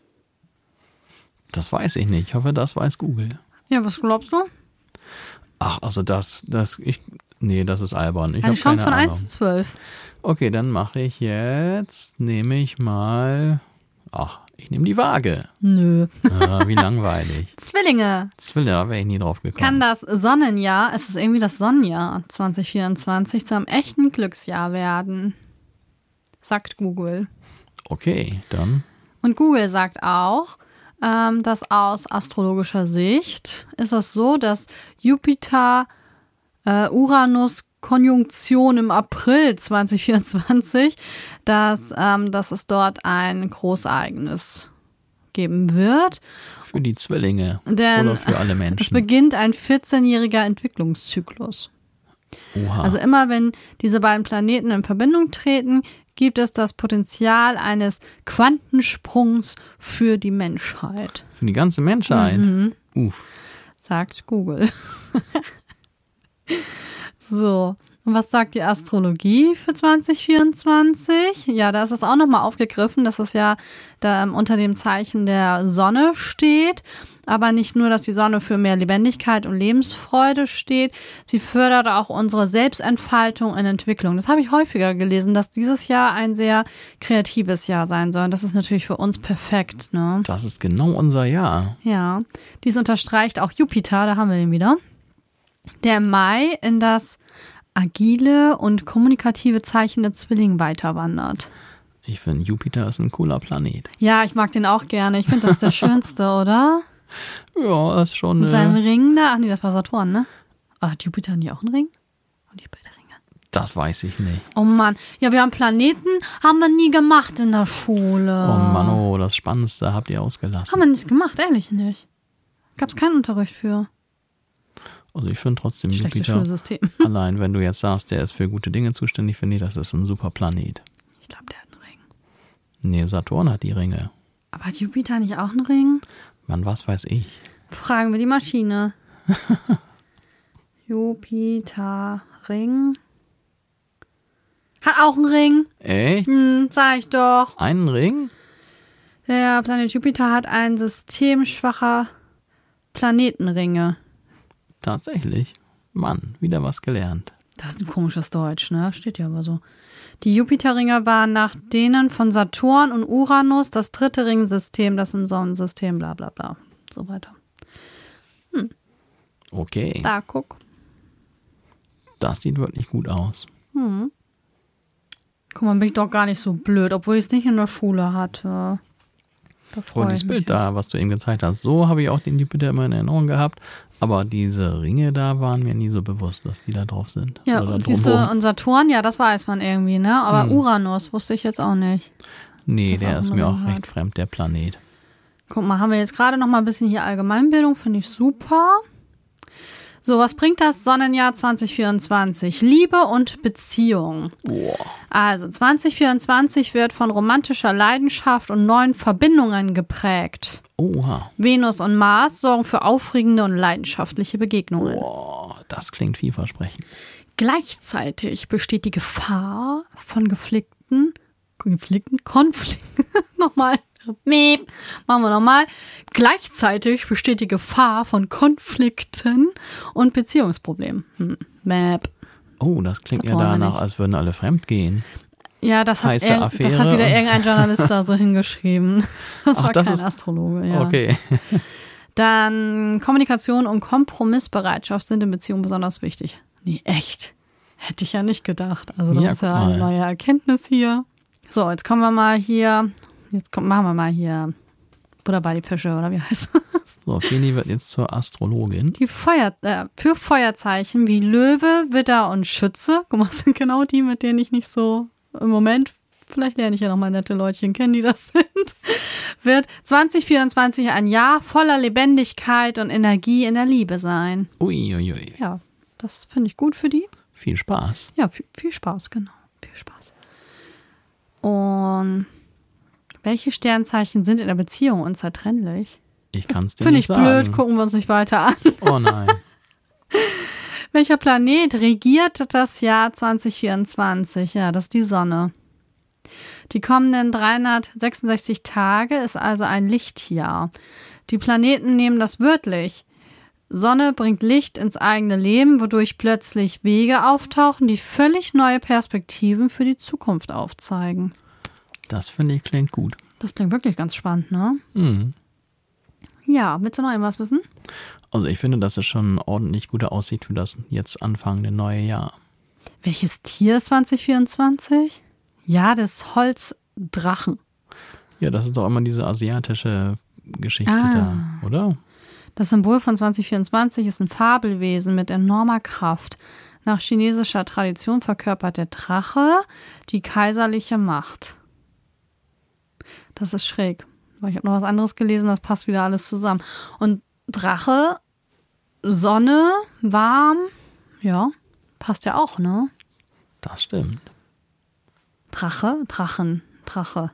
Das weiß ich nicht. Ich hoffe, das weiß Google. Ja, was glaubst du? Ach, also das ist albern. Ich Eine habe Chance keine von Ahnung. 1 zu 12. Okay, dann nehme ich mal, ich nehme die Waage. Nö. Wie langweilig. Zwillinge. Da wäre ich nie drauf gekommen. Kann das Sonnenjahr, es ist irgendwie das Sonnenjahr 2024, zu einem echten Glücksjahr werden? Sagt Google. Okay, dann. Und Google sagt auch, dass aus astrologischer Sicht ist es so, dass Jupiter-Uranus-Konjunktion im April 2024, dass es dort ein Großereignis geben wird. Für die Zwillinge Denn oder für alle Menschen. Es beginnt ein 14-jähriger Entwicklungszyklus. Oha. Also immer wenn diese beiden Planeten in Verbindung treten, gibt es das Potenzial eines Quantensprungs für die Menschheit. Für die ganze Menschheit? Uff. Sagt Google. So, und was sagt die Astrologie für 2024? Ja, da ist es auch nochmal aufgegriffen, dass es ja da unter dem Zeichen der Sonne steht. Aber nicht nur, dass die Sonne für mehr Lebendigkeit und Lebensfreude steht, sie fördert auch unsere Selbstentfaltung und Entwicklung. Das habe ich häufiger gelesen, dass dieses Jahr ein sehr kreatives Jahr sein soll. Und das ist natürlich für uns perfekt, ne? Das ist genau unser Jahr. Ja, dies unterstreicht auch Jupiter, da haben wir den wieder, der im Mai in das agile und kommunikative Zeichen der Zwilling weiterwandert. Ich finde, Jupiter ist ein cooler Planet. Ja, ich mag den auch gerne. Ich finde, das ist der schönste, oder? Ja, ist schon. Mit seinem Ring da. Ach nee, das war Saturn, ne? Oh, hat Jupiter nicht auch einen Ring? Und die beiden Ringe. Das weiß ich nicht. Oh Mann. Ja, wir haben Planeten, haben wir nie gemacht in der Schule. Oh Mann, das Spannendste habt ihr ausgelassen. Haben wir nicht gemacht, ehrlich nicht. Gab's keinen Unterricht für. Also ich finde trotzdem Schlechtes Jupiter, Schulsystem. allein wenn du jetzt sagst, der ist für gute Dinge zuständig, finde ich, das ist ein super Planet. Ich glaube, der hat einen Ring. Nee, Saturn hat die Ringe. Aber hat Jupiter nicht auch einen Ring? Mann, was weiß ich. Fragen wir die Maschine. Jupiter, Ring. Hat auch einen Ring. Echt? Sag ich doch. Einen Ring? Der Planet Jupiter hat ein systemschwacher Planetenringe. Tatsächlich. Mann, wieder was gelernt. Das ist ein komisches Deutsch, ne? Steht ja aber so. Die Jupiterringe waren nach denen von Saturn und Uranus das 3. Ringsystem, das im Sonnensystem, bla bla bla. So weiter. Okay. Da, guck. Das sieht wirklich gut aus. Guck mal, bin ich doch gar nicht so blöd, obwohl ich es nicht in der Schule hatte. Da Und freue das ich Bild mich. da, was du eben gezeigt hast, so habe ich auch den Jupiter immer in Erinnerung gehabt. Aber diese Ringe da waren mir nie so bewusst, dass die da drauf sind. Ja, Oder und da siehst du, drumherum. und Saturn, ja, das weiß man irgendwie, ne? Aber Uranus wusste ich jetzt auch nicht. Nee, das der auch ist mal mir auch gehört. recht fremd, der Planet. Guck mal, haben wir jetzt gerade noch mal ein bisschen hier Allgemeinbildung, finde ich super. So, was bringt das Sonnenjahr 2024? Liebe und Beziehung. Boah. Also 2024 wird von romantischer Leidenschaft und neuen Verbindungen geprägt. Oha. Venus und Mars sorgen für aufregende und leidenschaftliche Begegnungen. Boah, das klingt vielversprechend. Gleichzeitig besteht die Gefahr von Konflikten, nochmal, Miep. Machen wir nochmal. Gleichzeitig besteht die Gefahr von Konflikten und Beziehungsproblemen. Map. Oh, das klingt Das ja wollen wir danach, nicht. als würden alle fremd gehen. Ja, das hat, Heiße das hat Affäre wieder und- irgendein Journalist da so hingeschrieben. Das Ach, war das kein ist- Astrologe. Ja. Okay. Dann Kommunikation und Kompromissbereitschaft sind in Beziehungen besonders wichtig. Nee, echt. Hätte ich ja nicht gedacht. Also das Ja, ist ja guck eine mal. neue Erkenntnis hier. So, jetzt kommen wir mal hier. Machen wir mal hier Butter bei die Fische, oder wie heißt das? So, Feli wird jetzt zur Astrologin. Die für Feuerzeichen wie Löwe, Widder und Schütze. Guck mal, das sind genau die, mit denen ich nicht so im Moment, vielleicht lerne ich ja noch mal nette Leutchen kennen, die das sind, wird 2024 ein Jahr voller Lebendigkeit und Energie in der Liebe sein. Uiuiui. Ja, das finde ich gut für die. Viel Spaß. Ja, viel Spaß, genau. Viel Spaß. Und welche Sternzeichen sind in der Beziehung unzertrennlich? Ich kann es dir Finde nicht ich sagen. blöd, gucken wir uns nicht weiter an. Oh nein. Welcher Planet regiert das Jahr 2024? Ja, das ist die Sonne. Die kommenden 366 Tage ist also ein Lichtjahr. Die Planeten nehmen das wörtlich. Sonne bringt Licht ins eigene Leben, wodurch plötzlich Wege auftauchen, die völlig neue Perspektiven für die Zukunft aufzeigen. Das finde ich klingt gut. Das klingt wirklich ganz spannend, ne? Mhm. Ja, willst du noch irgendwas wissen? Also ich finde, dass es schon ordentlich gute Aussicht für das jetzt anfangende neue Jahr. Welches Tier ist 2024? Ja, des Holzdrachen. Ja, das ist doch immer diese asiatische Geschichte da, oder? Das Symbol von 2024 ist ein Fabelwesen mit enormer Kraft. Nach chinesischer Tradition verkörpert der Drache die kaiserliche Macht. Das ist schräg. Weil ich habe noch was anderes gelesen, das passt wieder alles zusammen. Und Drache, Sonne, warm, ja, passt ja auch, ne? Das stimmt. Drache. Drache.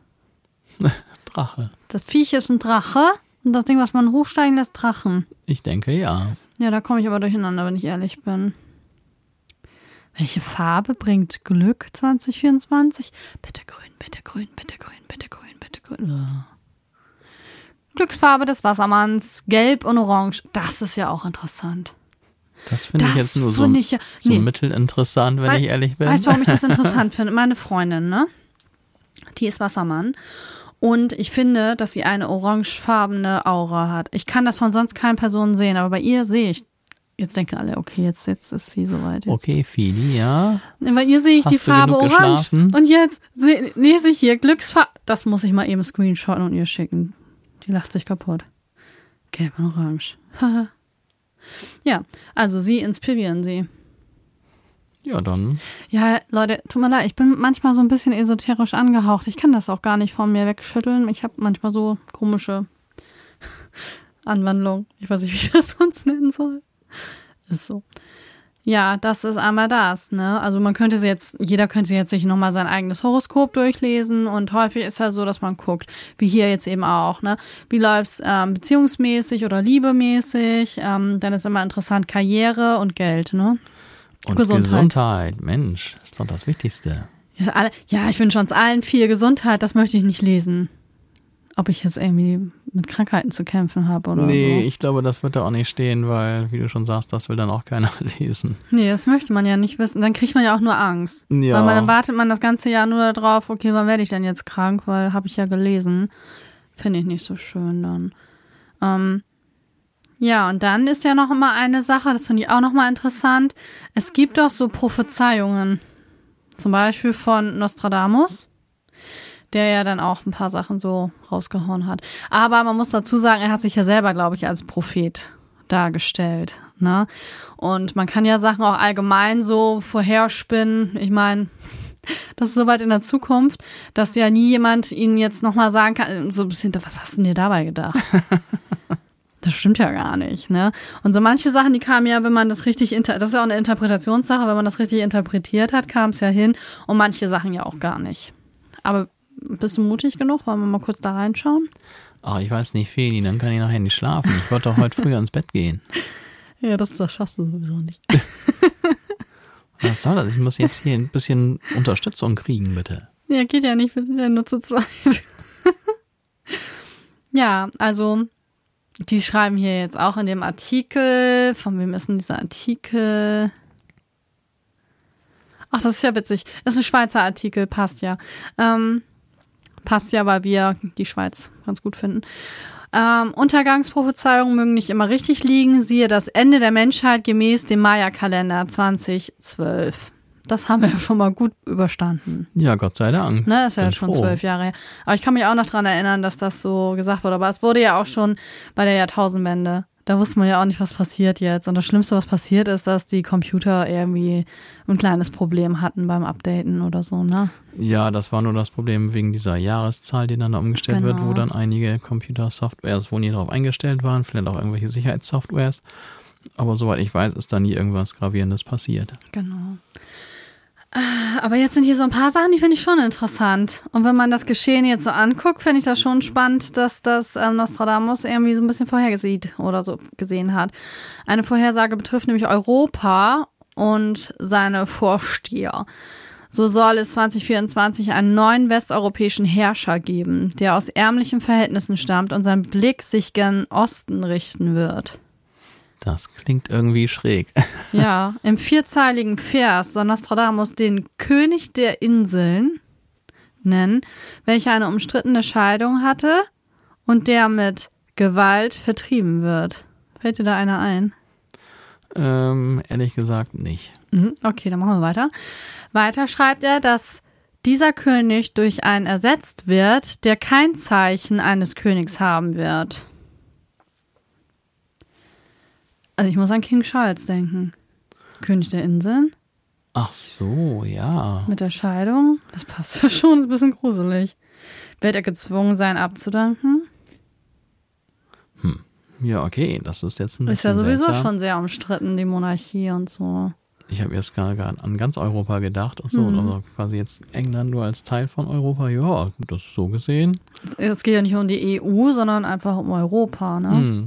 Das Viech ist ein Drache und das Ding, was man hochsteigen lässt, Drachen. Ich denke, ja. Ja, da komme ich aber durcheinander, wenn ich ehrlich bin. Welche Farbe bringt Glück 2024? Bitte grün, bitte grün, bitte grün, bitte grün, bitte grün. Glücksfarbe des Wassermanns, gelb und orange. Das ist ja auch interessant. Das finde ich jetzt nur so, finde ich ja- so nee. mittelinteressant, wenn ich ehrlich bin. Weißt du, warum ich das interessant finde? Meine Freundin, ne? Die ist Wassermann. Und ich finde, dass sie eine orangefarbene Aura hat. Ich kann das von sonst keinen Personen sehen, aber bei ihr sehe ich. Jetzt denken alle, okay, jetzt ist sie soweit. Jetzt. Okay, Fili, ja. Bei ihr sehe ich Hast die du Farbe genug orange. geschlafen? Und jetzt lese ich hier Glücksfarbe. Das muss ich mal eben screenshotten und ihr schicken. Die lacht sich kaputt. Gelb und orange. Ja, also sie inspirieren sie. Ja, dann. Ja, Leute, tut mir leid, ich bin manchmal so ein bisschen esoterisch angehaucht. Ich kann das auch gar nicht von mir wegschütteln. Ich habe manchmal so komische Anwandlungen. Ich weiß nicht, wie ich das sonst nennen soll. Ist so. Ja, das ist einmal das, ne? Also jeder könnte jetzt sich nochmal sein eigenes Horoskop durchlesen und häufig ist ja so, dass man guckt, wie hier jetzt eben auch, ne? Wie läuft's beziehungsmäßig oder liebemäßig? Dann ist immer interessant Karriere und Geld, ne? Und Gesundheit. Mensch, ist doch das Wichtigste. Ja, ich wünsche uns allen viel Gesundheit, das möchte ich nicht lesen. Ob ich jetzt irgendwie mit Krankheiten zu kämpfen habe oder Nee, so. ich glaube, das wird da auch nicht stehen, weil, wie du schon sagst, das will dann auch keiner lesen. Nee, das möchte man ja nicht wissen. Dann kriegt man ja auch nur Angst. Ja. Weil dann wartet man das ganze Jahr nur darauf, okay, wann werde ich denn jetzt krank? Weil habe ich ja gelesen. Finde ich nicht so schön dann. Ja, und dann ist ja noch immer eine Sache, das finde ich auch nochmal interessant. Es gibt doch so Prophezeiungen. Zum Beispiel von Nostradamus, der ja dann auch ein paar Sachen so rausgehauen hat. Aber man muss dazu sagen, er hat sich ja selber, glaube ich, als Prophet dargestellt. Ne? Und man kann ja Sachen auch allgemein so vorherspinnen. Ich meine, das ist so weit in der Zukunft, dass ja nie jemand ihnen jetzt nochmal sagen kann, so ein bisschen, was hast du denn dir dabei gedacht? Das stimmt ja gar nicht, ne? Und so manche Sachen, die kamen ja, wenn man das richtig, das ist ja auch eine Interpretationssache, wenn man das richtig interpretiert hat, kam es ja hin und manche Sachen ja auch gar nicht. Aber bist du mutig genug? Wollen wir mal kurz da reinschauen? Ach, ich weiß nicht, Feli, dann kann ich nachher nicht schlafen. Ich wollte doch heute früher ins Bett gehen. Ja, das schaffst du sowieso nicht. Was soll das? Ich muss jetzt hier ein bisschen Unterstützung kriegen, bitte. Ja, geht ja nicht, wir sind ja nur zu zweit. Ja, also die schreiben hier jetzt auch in dem Artikel, von wem ist denn dieser Artikel? Ach, das ist ja witzig. Das ist ein Schweizer Artikel, passt ja. Passt ja, weil wir die Schweiz ganz gut finden. Untergangsprophezeiungen mögen nicht immer richtig liegen. Siehe das Ende der Menschheit gemäß dem Maya-Kalender 2012. Das haben wir ja schon mal gut überstanden. Ja, Gott sei Dank. Ne, ist ja Bin schon froh. 12 Jahre her. Aber ich kann mich auch noch dran erinnern, dass das so gesagt wurde. Aber es wurde ja auch schon bei der Jahrtausendwende. Da wusste man ja auch nicht, was passiert jetzt. Und das Schlimmste, was passiert ist, dass die Computer irgendwie ein kleines Problem hatten beim Updaten oder so, ne? Ja, das war nur das Problem wegen dieser Jahreszahl, die dann da umgestellt wird, Genau. wo dann einige Computersoftwares, wo nie darauf eingestellt waren, vielleicht auch irgendwelche Sicherheitssoftwares. Aber soweit ich weiß, ist da nie irgendwas Gravierendes passiert. Genau. Aber jetzt sind hier so ein paar Sachen, die finde ich schon interessant. Und wenn man das Geschehen jetzt so anguckt, finde ich das schon spannend, dass das Nostradamus irgendwie so ein bisschen vorhergesehen oder so gesehen hat. Eine Vorhersage betrifft nämlich Europa und seine Vorsteher. So soll es 2024 einen neuen westeuropäischen Herrscher geben, der aus ärmlichen Verhältnissen stammt und sein Blick sich gen Osten richten wird. Das klingt irgendwie schräg. Ja, im 4-zeiligen Vers soll Nostradamus den König der Inseln nennen, welcher eine umstrittene Scheidung hatte und der mit Gewalt vertrieben wird. Fällt dir da einer ein? Ehrlich gesagt nicht. Okay, dann machen wir weiter. Weiter schreibt er, dass dieser König durch einen ersetzt wird, der kein Zeichen eines Königs haben wird. Also ich muss an King Charles denken. König der Inseln. Ach so, ja. Mit der Scheidung. Das passt ja schon, ist ein bisschen gruselig. Wird er gezwungen sein, abzudanken? Ja, okay, das ist jetzt ein Ist ja bisschen sowieso seltsam. schon sehr umstritten, die Monarchie und so. Ich habe jetzt gerade an ganz Europa gedacht und so. Also quasi jetzt England nur als Teil von Europa. Ja, das ist so gesehen. Es geht ja nicht um die EU, sondern einfach um Europa, ne?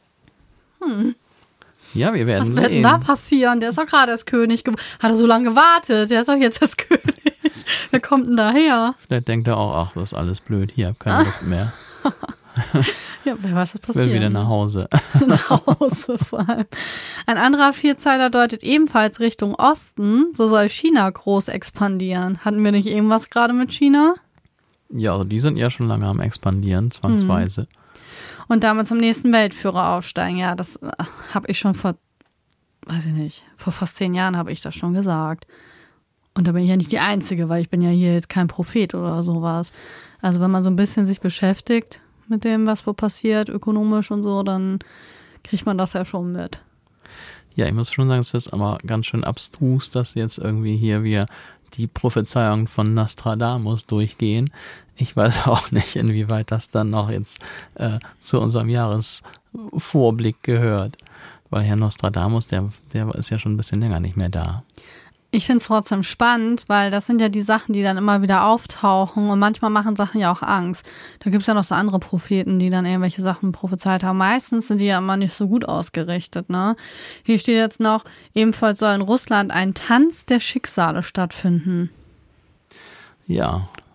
Ja, wir werden Was wird denn sehen. da passieren? Der ist doch gerade erst König. Hat er so lange gewartet? Der ist doch jetzt erst König. Wer kommt denn daher? Vielleicht denkt er auch, ach, das ist alles blöd, hier, hab keine Lust mehr. Ja, wer weiß, was Ich passiert. will wieder nach Hause. Nach Hause vor allem. Ein anderer Vierzeiler deutet ebenfalls Richtung Osten. So soll China groß expandieren. Hatten wir nicht irgendwas gerade mit China? Ja, also die sind ja schon lange am expandieren, zwangsweise. Und damit zum nächsten Weltführer aufsteigen. Ja, das habe ich schon vor fast 10 Jahren habe ich das schon gesagt. Und da bin ich ja nicht die Einzige, weil ich bin ja hier jetzt kein Prophet oder sowas. Also wenn man so ein bisschen sich beschäftigt mit dem, was wo passiert, ökonomisch und so, dann kriegt man das ja schon mit. Ja, ich muss schon sagen, es ist aber ganz schön abstrus, dass jetzt irgendwie hier wir die Prophezeiung von Nostradamus durchgehen. Ich weiß auch nicht, inwieweit das dann noch jetzt zu unserem Jahresvorblick gehört. Weil Herr Nostradamus, der ist ja schon ein bisschen länger nicht mehr da. Ich finde es trotzdem spannend, weil das sind ja die Sachen, die dann immer wieder auftauchen und manchmal machen Sachen ja auch Angst. Da gibt es ja noch so andere Propheten, die dann irgendwelche Sachen prophezeit haben. Meistens sind die ja immer nicht so gut ausgerichtet, ne? Hier steht jetzt noch, ebenfalls soll in Russland ein Tanz der Schicksale stattfinden. Ja.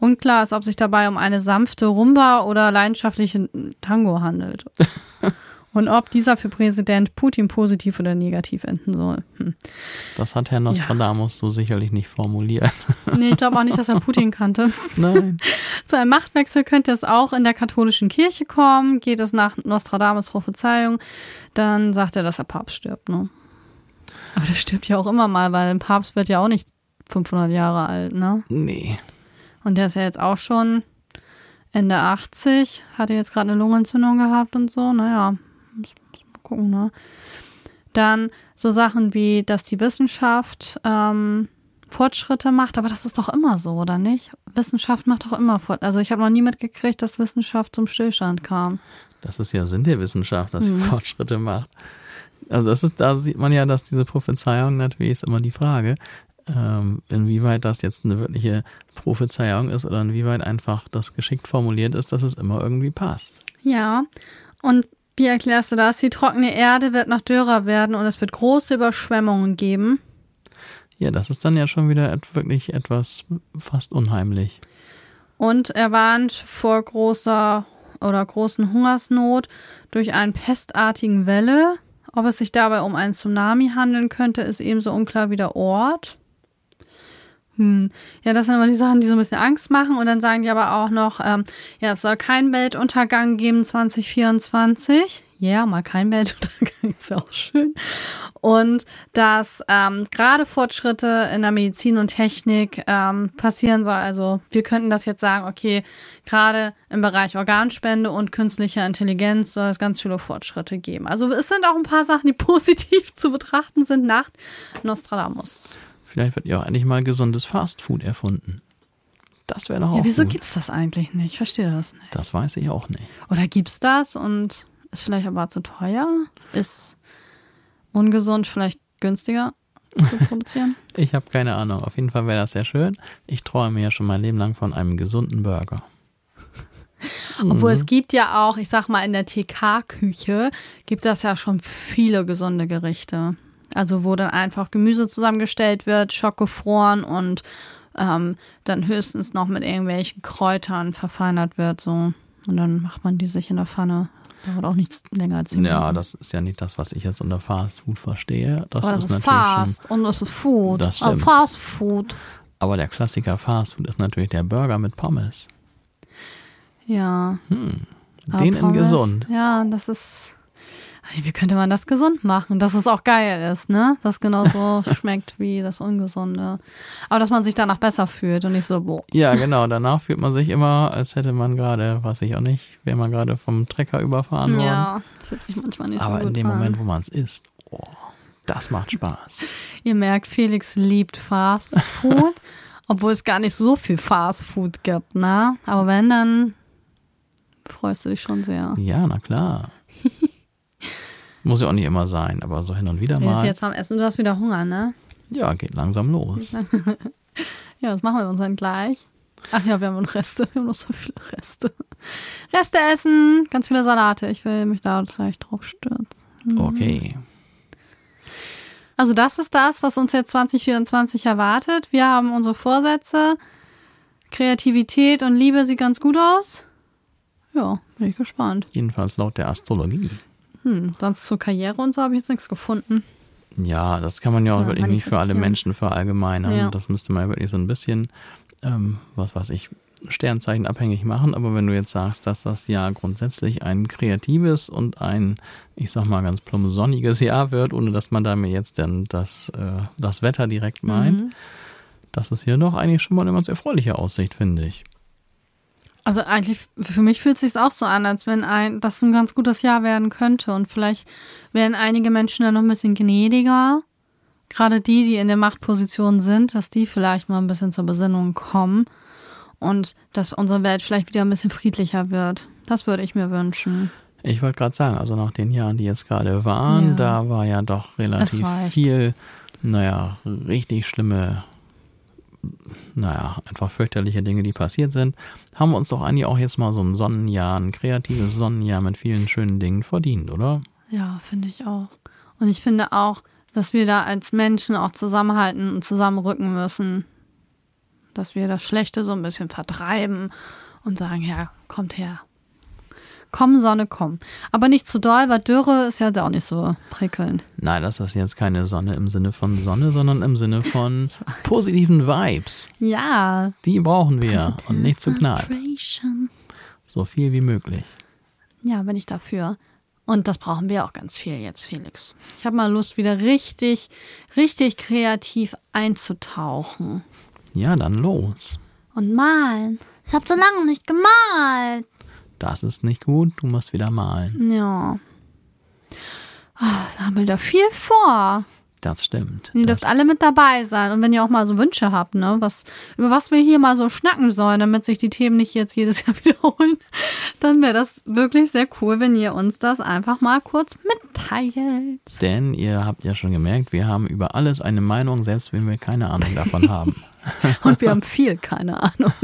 Unklar ist, ob sich dabei um eine sanfte Rumba oder leidenschaftliche Tango handelt. Und ob dieser für Präsident Putin positiv oder negativ enden soll. Das hat Herr Nostradamus so sicherlich nicht formuliert. Nee, ich glaube auch nicht, dass er Putin kannte. Nein. Zu einem Machtwechsel könnte es auch in der katholischen Kirche kommen. Geht es nach Nostradamus' Prophezeiung, dann sagt er, dass der Papst stirbt. Ne? Aber der stirbt ja auch immer mal, weil ein Papst wird ja auch nicht 500 Jahre alt. Ne? Nee. Und der ist ja jetzt auch schon Ende 80, hatte jetzt gerade eine Lungenentzündung gehabt und so. Naja, muss mal gucken, ne? Dann so Sachen wie, dass die Wissenschaft Fortschritte macht, aber das ist doch immer so, oder nicht? Wissenschaft macht doch immer Fortschritte. Also ich habe noch nie mitgekriegt, dass Wissenschaft zum Stillstand kam. Das ist ja Sinn der Wissenschaft, dass sie Fortschritte macht. Also da sieht man ja, dass diese Prophezeiung natürlich ist immer die Frage, inwieweit das jetzt eine wirkliche Prophezeiung ist oder inwieweit einfach das geschickt formuliert ist, dass es immer irgendwie passt. Ja, und wie erklärst du das? Die trockene Erde wird noch dürrer werden und es wird große Überschwemmungen geben. Ja, das ist dann ja schon wieder wirklich etwas fast unheimlich. Und er warnt vor großen Hungersnot durch einen pestartigen Welle. Ob es sich dabei um einen Tsunami handeln könnte, ist ebenso unklar wie der Ort. Ja, das sind immer die Sachen, die so ein bisschen Angst machen. Und dann sagen die aber auch noch, es soll keinen Weltuntergang geben 2024. Ja, mal kein Weltuntergang, ist ja auch schön. Und dass gerade Fortschritte in der Medizin und Technik passieren soll. Also wir könnten das jetzt sagen, okay, gerade im Bereich Organspende und künstlicher Intelligenz soll es ganz viele Fortschritte geben. Also es sind auch ein paar Sachen, die positiv zu betrachten sind nach Nostradamus. Vielleicht wird ja auch endlich mal gesundes Fastfood erfunden. Das wäre doch auch wieso gut. Gibt's das eigentlich nicht? Ich verstehe das nicht. Das weiß ich auch nicht. Oder gibt's das und ist vielleicht aber zu teuer? Ist ungesund vielleicht günstiger zu produzieren? Ich habe keine Ahnung. Auf jeden Fall wäre das sehr schön. Ich träume mir ja schon mein Leben lang von einem gesunden Burger. Obwohl es gibt ja auch, ich sag mal, in der TK-Küche gibt das ja schon viele gesunde Gerichte. Also wo dann einfach Gemüse zusammengestellt wird, schockgefroren und dann höchstens noch mit irgendwelchen Kräutern verfeinert wird. So. Und dann macht man die sich in der Pfanne. Dauert auch nichts länger als 10 Minuten. Ja, das ist ja nicht das, was ich jetzt unter Fast Food verstehe. Das ist natürlich Fast und das ist Food. Das stimmt. Fast Food. Aber der Klassiker Fast Food ist natürlich der Burger mit Pommes. Ja. Den in gesund. Ja, das ist... Wie könnte man das gesund machen? Dass es auch geil ist, ne? Dass genauso schmeckt wie das Ungesunde. Aber dass man sich danach besser fühlt und nicht so, boah. Ja, genau. Danach fühlt man sich immer, als hätte man gerade, weiß ich auch nicht, wäre man gerade vom Trecker überfahren worden. Ja, das fühlt sich manchmal nicht so gut an. Aber in dem Moment, wo man es isst, das macht Spaß. Ihr merkt, Felix liebt Fast Food, obwohl es gar nicht so viel Fast Food gibt, ne? Aber wenn, dann freust du dich schon sehr. Ja, na klar. Muss ja auch nicht immer sein, aber so hin und wieder mal. Du bist jetzt am Essen, du hast wieder Hunger, ne? Ja, geht langsam los. Ja, was machen wir uns dann gleich? Ach ja, wir haben noch Reste. Wir haben noch so viele Reste. Reste essen, ganz viele Salate. Ich will mich da gleich drauf stürzen. Okay. Also das ist das, was uns jetzt 2024 erwartet. Wir haben unsere Vorsätze. Kreativität und Liebe sieht ganz gut aus. Ja, bin ich gespannt. Jedenfalls laut der Astrologie. Sonst zur Karriere und so habe ich jetzt nichts gefunden. Ja, das kann man ja auch wirklich nicht für alle Menschen verallgemeinern. Ja. Das müsste man wirklich so ein bisschen, Sternzeichen abhängig machen. Aber wenn du jetzt sagst, dass das Jahr grundsätzlich ein kreatives und ein, ich sag mal ganz plump, sonniges Jahr wird, ohne dass man damit jetzt dann das Wetter direkt meint, das ist hier doch eigentlich schon mal eine ganz erfreuliche Aussicht, finde ich. Also eigentlich, für mich fühlt es sich auch so an, als wenn das ein ganz gutes Jahr werden könnte. Und vielleicht werden einige Menschen dann noch ein bisschen gnädiger. Gerade die in der Machtposition sind, dass die vielleicht mal ein bisschen zur Besinnung kommen. Und dass unsere Welt vielleicht wieder ein bisschen friedlicher wird. Das würde ich mir wünschen. Ich wollte gerade sagen, also nach den Jahren, die jetzt gerade waren, da war ja doch relativ viel, richtig schlimme, einfach fürchterliche Dinge, die passiert sind, haben wir uns doch eigentlich auch jetzt mal so ein Sonnenjahr, ein kreatives Sonnenjahr mit vielen schönen Dingen verdient, oder? Ja, finde ich auch. Und ich finde auch, dass wir da als Menschen auch zusammenhalten und zusammenrücken müssen. dass wir das Schlechte so ein bisschen vertreiben und sagen, ja, kommt her. Komm, Sonne, komm. Aber nicht zu doll, weil Dürre ist ja auch nicht so prickelnd. Nein, das ist jetzt keine Sonne im Sinne von Sonne, sondern im Sinne von positiven Vibes. Ja. Die brauchen wir und nicht zu knapp. So viel wie möglich. Ja, bin ich dafür. Und das brauchen wir auch ganz viel jetzt, Felix. Ich habe mal Lust, wieder richtig, richtig kreativ einzutauchen. Ja, dann los. Und malen. Ich habe so lange nicht gemalt. Das ist nicht gut, du musst wieder malen. Ja. Da haben wir da viel vor. Das stimmt. Ihr dürft alle mit dabei sein. Und wenn ihr auch mal so Wünsche habt, ne, über was wir hier mal so schnacken sollen, damit sich die Themen nicht jetzt jedes Jahr wiederholen, dann wäre das wirklich sehr cool, wenn ihr uns das einfach mal kurz mitteilt. Denn ihr habt ja schon gemerkt, wir haben über alles eine Meinung, selbst wenn wir keine Ahnung davon haben. Und wir haben viel keine Ahnung.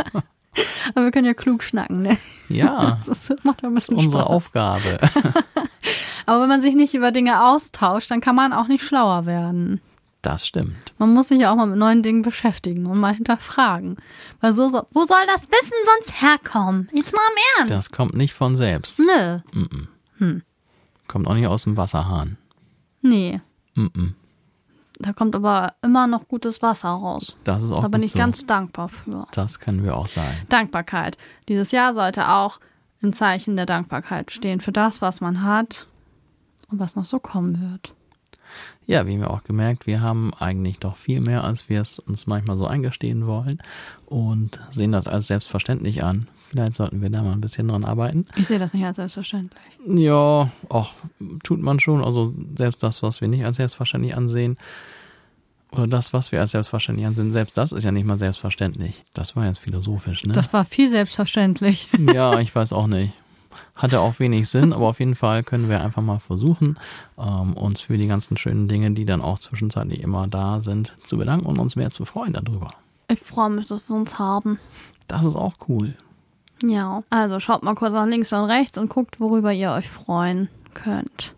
Aber wir können ja klug schnacken, ne? Ja, das macht ja ein bisschen unsere Spaß. Aufgabe. Aber wenn man sich nicht über Dinge austauscht, dann kann man auch nicht schlauer werden. Das stimmt. Man muss sich ja auch mal mit neuen Dingen beschäftigen und mal hinterfragen. Weil wo soll das Wissen sonst herkommen? Jetzt mal im Ernst. Das kommt nicht von selbst. Nö. Kommt auch nicht aus dem Wasserhahn. Nee. Mm-mm. Da kommt aber immer noch gutes Wasser raus. Das ist auch Da bin gut ich so. ganz dankbar für. Das können wir auch sein. Dankbarkeit. Dieses Jahr sollte auch im Zeichen der Dankbarkeit stehen für das, was man hat und was noch so kommen wird. Ja, wie haben wir auch gemerkt, wir haben eigentlich doch viel mehr, als wir es uns manchmal so eingestehen wollen und sehen das als selbstverständlich an. Vielleicht sollten wir da mal ein bisschen dran arbeiten. Ich sehe das nicht als selbstverständlich. Ja, auch tut man schon. Also selbst das, was wir nicht als selbstverständlich ansehen, oder das, was wir als selbstverständlich ansehen, selbst das ist ja nicht mal selbstverständlich. Das war jetzt philosophisch, ne? Das war viel selbstverständlich. Ja, ich weiß auch nicht. Hatte auch wenig Sinn, aber auf jeden Fall können wir einfach mal versuchen, uns für die ganzen schönen Dinge, die dann auch zwischenzeitlich immer da sind, zu bedanken und uns mehr zu freuen darüber. Ich freue mich, dass wir uns haben. Das ist auch cool. Ja, also schaut mal kurz nach links und rechts und guckt, worüber ihr euch freuen könnt.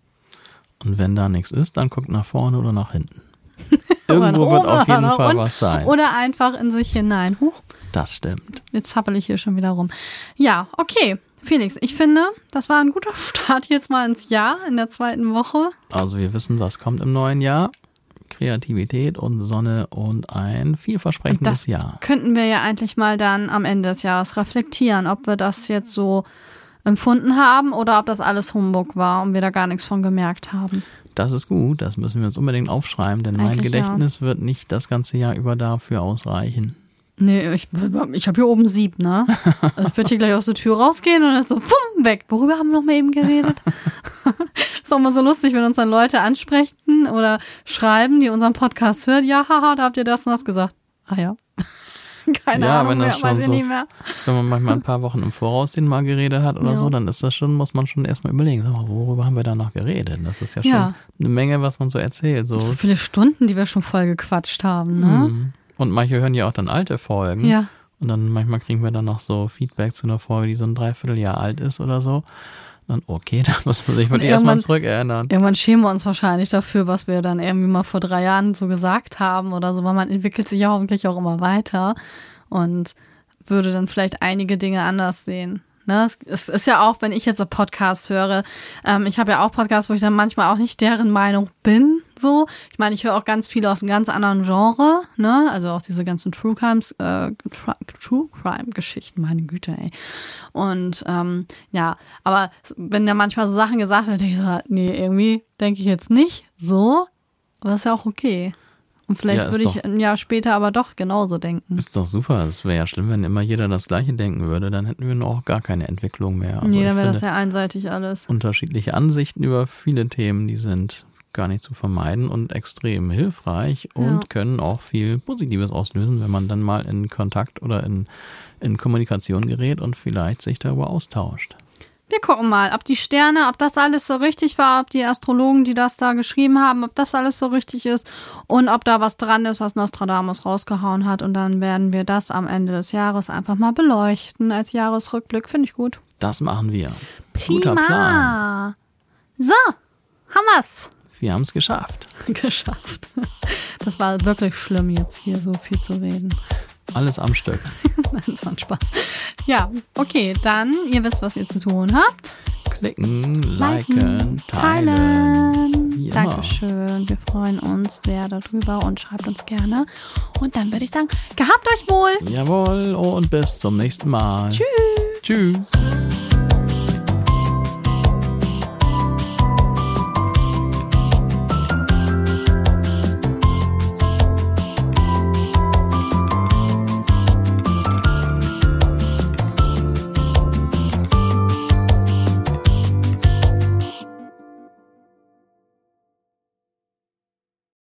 Und wenn da nichts ist, dann guckt nach vorne oder nach hinten. Irgendwo wird auf jeden Fall was sein. Oder einfach in sich hinein. Huch, Das stimmt. jetzt zappel ich hier schon wieder rum. Ja, okay. Felix, ich finde, das war ein guter Start jetzt mal ins Jahr, in der 2. Woche. Also wir wissen, was kommt im neuen Jahr. Kreativität und Sonne und ein vielversprechendes Jahr. Könnten wir ja eigentlich mal dann am Ende des Jahres reflektieren, ob wir das jetzt so empfunden haben oder ob das alles Humbug war und wir da gar nichts von gemerkt haben. Das ist gut, das müssen wir uns unbedingt aufschreiben, denn mein Eigentlich Gedächtnis wird nicht das ganze Jahr über dafür ausreichen. Nee, ich habe hier oben Sieb, ne? Ich würde hier gleich aus der Tür rausgehen und dann so, pum, weg. Worüber haben wir noch mal eben geredet? Ist auch mal so lustig, wenn uns dann Leute ansprechen oder schreiben, die unseren Podcast hören. Ja, haha, da habt ihr das und das gesagt. Ah ja. Keine Ahnung mehr, weiß ich nicht mehr. Wenn man manchmal ein paar Wochen im Voraus den mal geredet hat oder so, dann ist das schon, muss man schon erstmal überlegen, sag mal, worüber haben wir da noch geredet? Das ist ja schon eine Menge, was man so erzählt. So viele Stunden, die wir schon voll gequatscht haben, ne? Und manche hören ja auch dann alte Folgen. Ja. Und dann manchmal kriegen wir dann noch so Feedback zu einer Folge, die so ein Dreivierteljahr alt ist oder so. Dann okay, da muss man sich wirklich erstmal zurückerinnern. Irgendwann schämen wir uns wahrscheinlich dafür, was wir dann irgendwie mal vor 3 Jahren so gesagt haben oder so, weil man entwickelt sich ja hoffentlich auch immer weiter und würde dann vielleicht einige Dinge anders sehen. Ne, es ist ja auch, wenn ich jetzt so Podcasts höre, ich habe ja auch Podcasts, wo ich dann manchmal auch nicht deren Meinung bin, so. Ich meine, ich höre auch ganz viele aus einem ganz anderen Genre, ne, also auch diese ganzen True Crime-Geschichten, meine Güte, ey. Und ja, aber wenn da manchmal so Sachen gesagt werden, denke ich so, nee, irgendwie denke ich jetzt nicht so, aber das ist ja auch okay. Und vielleicht würde ich ein Jahr später aber doch genauso denken. Ist doch super. Es wäre ja schlimm, wenn immer jeder das Gleiche denken würde. Dann hätten wir noch gar keine Entwicklung mehr. Also nee, dann wäre das ja einseitig alles. Unterschiedliche Ansichten über viele Themen, die sind gar nicht zu vermeiden und extrem hilfreich und können auch viel Positives auslösen, wenn man dann mal in Kontakt oder in Kommunikation gerät und vielleicht sich darüber austauscht. Wir gucken mal, ob die Sterne, ob das alles so richtig war, ob die Astrologen, die das da geschrieben haben, ob das alles so richtig ist und ob da was dran ist, was Nostradamus rausgehauen hat. Und dann werden wir das am Ende des Jahres einfach mal beleuchten als Jahresrückblick. Finde ich gut. Das machen wir. Prima. Guter Plan. So, haben wir's. wir haben es geschafft. Geschafft. Das war wirklich schlimm, jetzt hier so viel zu reden. Alles am Stück. Das war ein Spaß. Ja, okay, dann, ihr wisst, was ihr zu tun habt. Klicken, liken, teilen. Wie immer. Dankeschön. Wir freuen uns sehr darüber und schreibt uns gerne. Und dann würde ich sagen, gehabt euch wohl. Jawohl, und bis zum nächsten Mal. Tschüss. Tschüss.